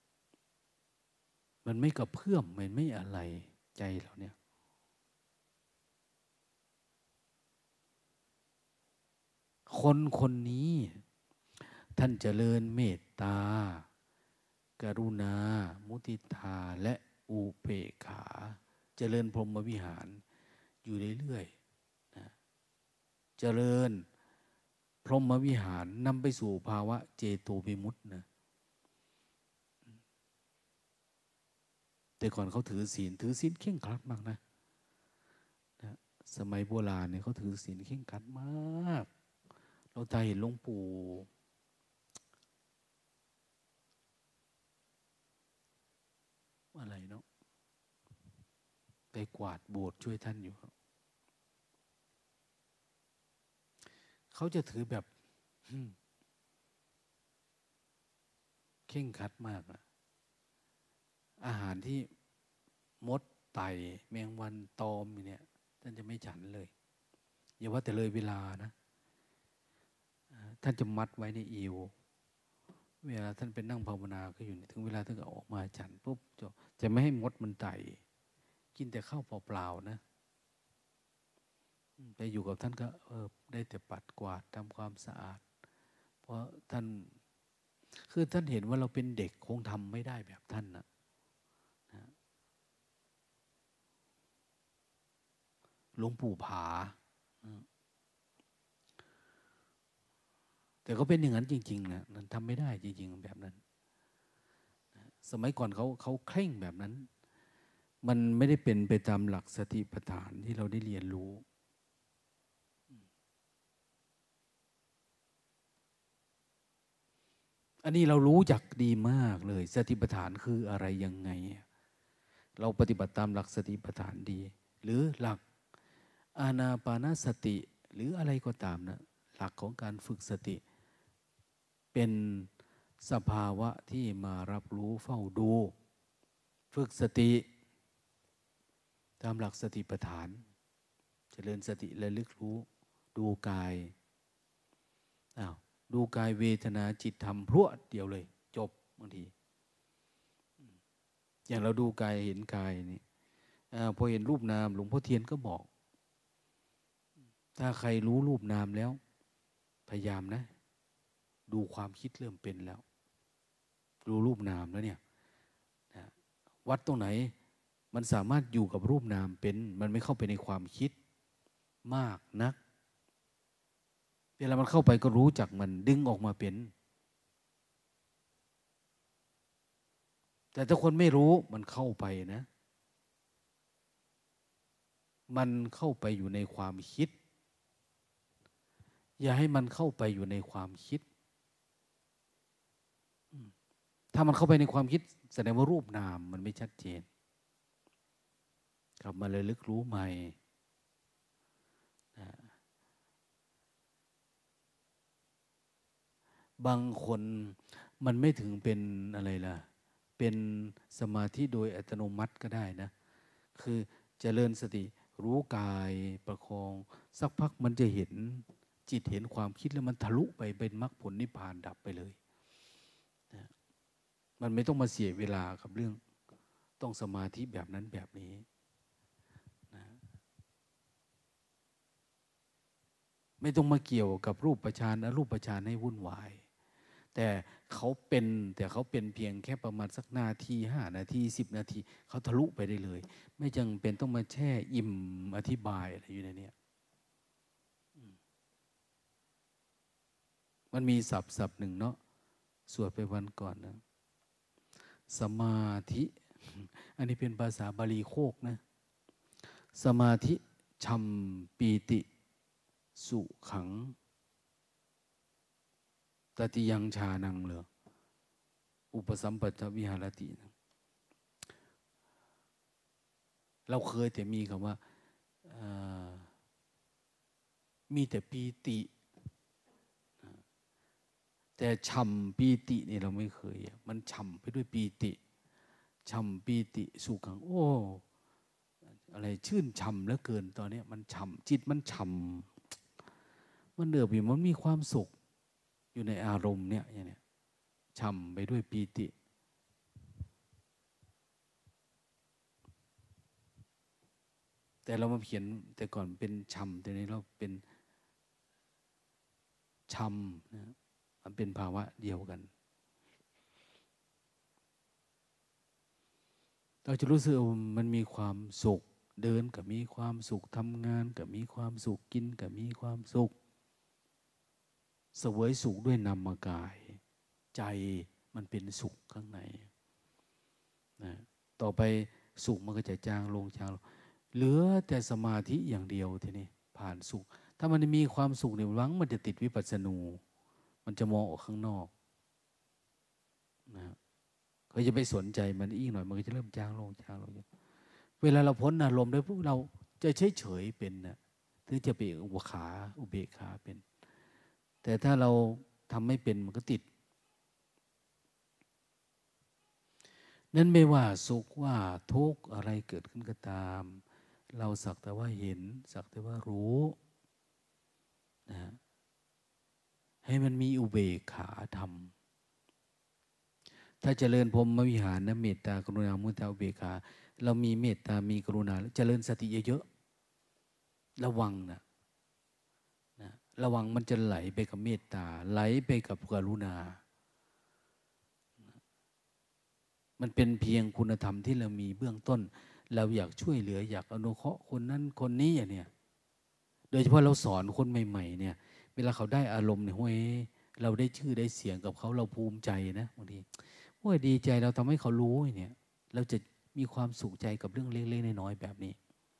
ๆมันไม่กระเพื่อมมันไม่อะไรใจเราเนี่ยคนนี้ท่านเจริญเมตตากรุณามุทิตาและอุเบกขาเจริญพรหมวิหารอยู่เรื่อยๆนะเจริญพรหมวิหารนำไปสู่ภาวะเจโตวิมุตตินะแต่ก่อนเขาถือศีลเข่งครัดมากนะสมัยโบราณเนี่ยเขาถือศีลเข่งครัดมากเราตาเห็นหลวงปู่อะไรเนาะไปกวาดโบสถ์ช่วยท่านอยู่เขาจะถือแบบเข่งครัดมากอาหารที่มดไต่แมงวันตอมอย่างเนี้ยท่านจะไม่ฉันเลยอย่าว่าแต่เลยเวลานะท่านจะมัดไว้ในอิวเวลาท่านเป็นนั่งภาวนาก็อยู่ถึงเวลาท่านก็ออกมาฉันปุ๊บจะไม่ให้มดมันไต่กินแต่ข้าวเปล่าๆนะไปอยู่กับท่านก็ได้แต่ปัดกวาดทำความสะอาดเพราะท่านคือท่านเห็นว่าเราเป็นเด็กคงทำไม่ได้แบบท่านนะหลวงปู่ผาแต่ก็เป็นอย่างนั้นจริงๆนะมันทำไม่ได้จริงๆแบบนั้นสมัยก่อนเขาเคร่งแบบนั้นมันไม่ได้เป็นไปตามหลักสติปัฏฐานที่เราได้เรียนรู้อันนี้เรารู้จักดีมากเลยสติปัฏฐานคืออะไรยังไงเราปฏิบัติตามหลักสติปัฏฐานดีหรือหลักอานาปานสติหรืออะไรก็ตามนะหลักของการฝึกสติเป็นสภาวะที่มารับรู้เฝ้าดูฝึกสติตามหลักสติปัฏฐานเจริญสติระลึกรู้ดูกายดูกายเวทนาจิตธรรมพรวดเดียวเลยจบบางทีอย่างเราดูกายเห็นกายนี่พอเห็นรูปนามหลวงพ่อเทียนก็บอกถ้าใครรู้รูปนามแล้วพยายามนะดูความคิดเริ่มเป็นแล้วดูรูปนามแล้วเนี่ยวัดตรงไหนมันสามารถอยู่กับรูปนามเป็นมันไม่เข้าไปในความคิดมากนักเวลามันเข้าไปก็รู้จักมันดึงออกมาเป็นแต่ถ้าคนไม่รู้มันเข้าไปนะมันเข้าไปอยู่ในความคิดอย่าให้มันเข้าไปอยู่ในความคิดถ้ามันเข้าไปในความคิดแสดงว่ารูปนามมันไม่ชัดเจนกลับมาเลยลึกรู้ใหม่บางคนมันไม่ถึงเป็นอะไรล่ะเป็นสมาธิโดยอัตโนมัติก็ได้นะคือเจริญสติรู้กายประคองสักพักมันจะเห็นจิตเห็นความคิดแล้วมันทะลุไปเป็นมรรคผลนิพพานดับไปเลยนะมันไม่ต้องมาเสียเวลากับเรื่องต้องสมาธิแบบนั้นแบบนี้นะไม่ต้องมาเกี่ยวกับรูปฌานอรูปฌานให้วุ่นวายแต่เขาเป็นเพียงแค่ประมาณสักนาที5 นาที10 นาทีเขาทะลุไปได้เลยไม่จำเป็นต้องมาแช่อิ่มอธิบายอะไรอยู่ในนี้มันมีศัพท์หนึ่งเนาะสวดไปวันก่อนนะสมาธิอันนี้เป็นภาษาบาลีโคกนะสมาธิชัมปีติสุขังตติยังชานังเหรออุปสัมปทวิหารตินะเราเคยแต่มีคำว่ามีแต่ปีติแต่ช่ำปีตินี่เราไม่เคยมันช่ำไปด้วยปีติช่ำปีติสุขังโอ้อะไรชื่นช่ำเหลือเกินตอนนี้มันช่ำจิตมันช่ำมันเดือบอยู่มันมีความสุขอยู่ในอารมณ์เนี่ยอย่างเนี้ยช่ำไปด้วยปีติแต่เรามาเขียนแต่ก่อนเป็นช่ำแต่นี้เราเป็นช่ำนะมันเป็นภาวะเดียวกันเราจะรู้สึกมันมีความสุขเดินก็มีความสุขทำงานก็มีความสุขกินก็มีความสุขเสวยสุขด้วยนามกายใจมันเป็นสุขข้างในนะต่อไปสุขมันก็จะจางลงจางลงเหลือแต่สมาธิอย่างเดียวทีนี้ผ่านสุขถ้ามันมีความสุขในหวังมันจะติดวิปัสสนูมันจะมองออกข้างนอกนะเขาจะไปสนใจมันอีกหน่อยมันก็จะเริ่มจางลงจางลงเวลาเราพ้นอารมณ์ได้พวกเราจะเฉยเป็นนะถึงจะเป็นอุเบกขาเป็นแต่ถ้าเราทำไม่เป็นมันก็ติดนั้นไม่ว่าสุขว่าทุกข์อะไรเกิดขึ้นก็ตามเราสักแต่ว่าเห็นสักแต่ว่ารู้นะให้มันมีอุเบกขาธรรมถ้าเจริญพรหมวิหารนะเมตตากรุณามุทิตาอุเบกขาเรามีเมตตามีกรุณาเจริญสติเยอะๆระวังนะระวังมันจะไหลไปกับเมตตาไหลไปกับกรุณามันเป็นเพียงคุณธรรมที่เรามีเบื้องต้นเราอยากช่วยเหลืออยากอนุเคราะห์คนนั้นคนนี้อย่างเนี้ยโดยเฉพาะเราสอนคนใหม่ๆเนี่ยเวลาเขาได้อารมณ์เนี่ยเฮ้ยเราได้ชื่อได้เสียงกับเขาเราภูมิใจนะบางทีโอ้ยดีใจเราทำให้เขารู้เนี่ยเราจะมีความสุขใจกับเรื่องเล็กๆน้อยๆแบบนี้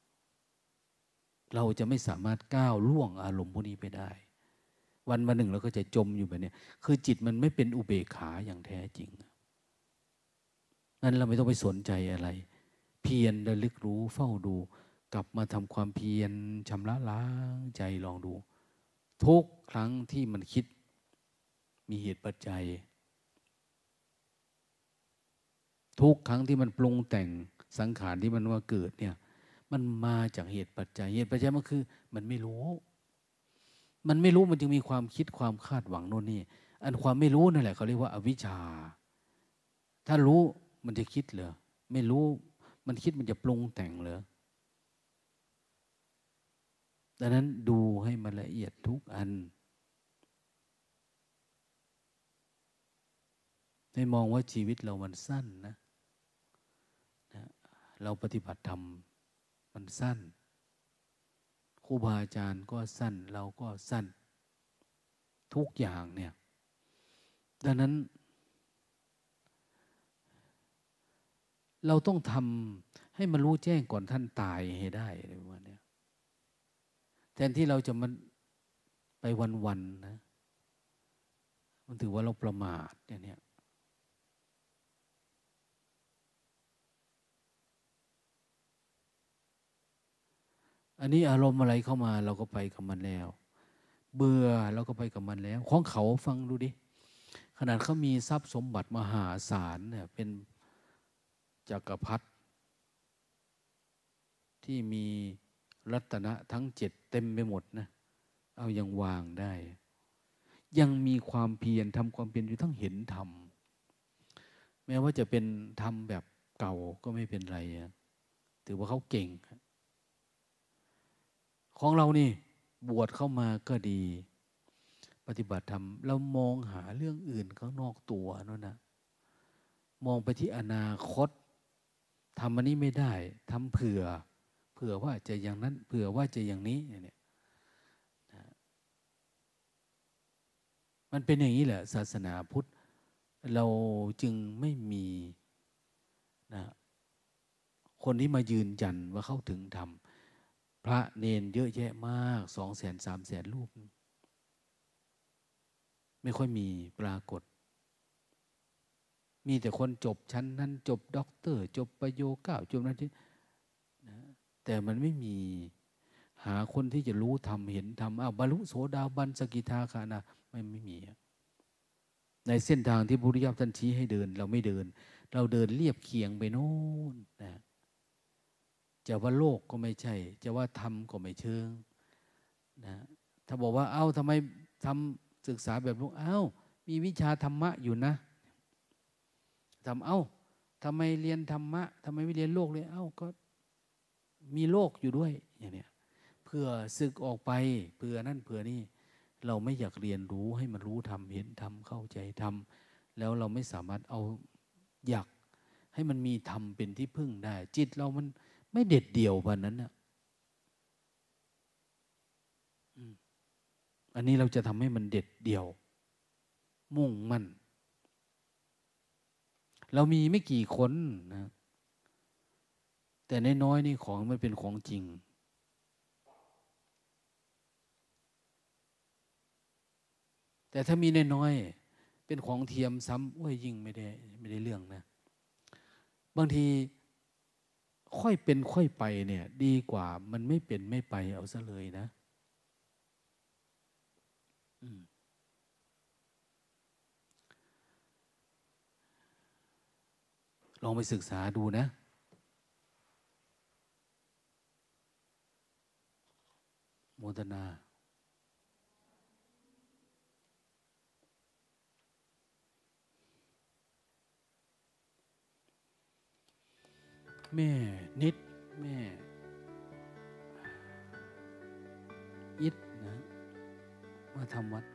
เราจะไม่สามารถก้าวล่วงอารมณ์พวกนี้ไปได้วันหนึ่งเราก็จะจมอยู่แบบนี้คือจิตมันไม่เป็นอุเบกขาอย่างแท้จริงนั้นเราไม่ต้องไปสนใจอะไรเพียรระลึกรู้เฝ้าดูกลับมาทำความเพียรชำระล้างใจลองดูทุกครั้งที่มันคิดมีเหตุปัจจัยทุกครั้งที่มันปรุงแต่งสังขารที่มันว่าเกิดเนี่ยมันมาจากเหตุปัจจัยเหตุปัจจัยมันคือมันไม่รู้มันจึงมีความคิดความคาดหวังโน่นนี่อันความไม่รู้นั่นแหละเขาเรียกว่าอวิชชาถ้ารู้มันจะคิดเหรอไม่รู้มันคิดมันจะปรุงแต่งเหรอดังนั้นดูให้มันละเอียดทุกอันให้มองว่าชีวิตเรามันสั้นนะเราปฏิบัติธรรมมันสั้นครูบาอาจารย์ก็สั้นเราก็สั้นทุกอย่างเนี่ยดังนั้นเราต้องทำให้มันรู้แจ้งก่อนท่านตายให้ได้อะไรประมาณนี้แทนที่เราจะมันไปวันๆนะมันถือว่าเราประมาทอย่างเนี้ยอันนี้อารมณ์อะไรเข้ามาเราก็ไปกับมันแล้วเบื่อเราก็ไปกับมันแล้วของเขาฟังดูดิขนาดเขามีทรัพย์สมบัติมหาศาลเนี่ยเป็นจักรพรรดิที่มีรัตนะทั้งเจ็ดเต็มไปหมดนะเอายังวางได้ยังมีความเพียรทำความเพียรอยู่ทั้งเห็นธรรมแม้ว่าจะเป็นธรรมแบบเก่าก็ไม่เป็นไรอะถือว่าเขาเก่งของเรานี่บวชเข้ามาก็ดีปฏิบัติธรรมเรามองหาเรื่องอื่นข้างนอกตัวนั่นนะมองไปที่อนาคตทำอันนี้ไม่ได้ทำเผื่อว่าจะอย่างนั้นเผื่อว่าจะอย่างนี้เนี่ยมันเป็นอย่างนี้แหละศาสนาพุทธเราจึงไม่มีนะคนที่มายืนยันว่าเข้าถึงธรรมพระเนนเยอะแยะมาก200,000 300,000รูปไม่ค่อยมีปรากฏมีแต่คนจบชั้นนั้นจบด็อกเตอร์จบประโยคเก้าจบนั้นที่นะแต่มันไม่มีหาคนที่จะรู้ธรรมเห็นธรรมบรรลุโสดาบันสกิทาคานะไม่มีในเส้นทางที่พุทธเจ้าท่านชี้ให้เดินเราไม่เดินเราเดินเรียบเคียงไปโน่นนะจะว่าโลกก็ไม่ใช่จะว่าธรรมก็ไม่เชิงนะถ้าบอกว่าเอ้าทำไมทำศึกษาแบบโลกเอ้ามีวิชาธรรมะอยู่นะเอ้าทำไมเรียนธรรมะทำไมไม่เรียนโลกเลยเอ้าก็มีโลกอยู่ด้วยอย่างเนี้ยเพื่อศึกออกไปเพื่อนั่นเพื่อนี่เราไม่อยากเรียนรู้ให้มันรู้ธรรมเห็นธรรมเข้าใจธรรมแล้วเราไม่สามารถเอาอยากให้มันมีธรรมเป็นที่พึ่งได้จิตเรามันไม่เด็ดเดี่ยวแบบนั้นนะอืมอันนี้เราจะทำให้มันเด็ดเดี่ยวมุ่งมั่นเรามีไม่กี่คนนะแต่น้อยๆนี่ของมันเป็นของจริงแต่ถ้ามีน้อยๆเป็นของเทียมซ้ำโอ้ยยิ่งไม่ได้เรื่องนะบางทีค่อยเป็นค่อยไปเนี่ยดีกว่ามันไม่เป็นไม่ไปเอาซะเลยนะอืมลองไปศึกษาดูนะโมทนาแม่นิดแม่อิดนะมาทำวัด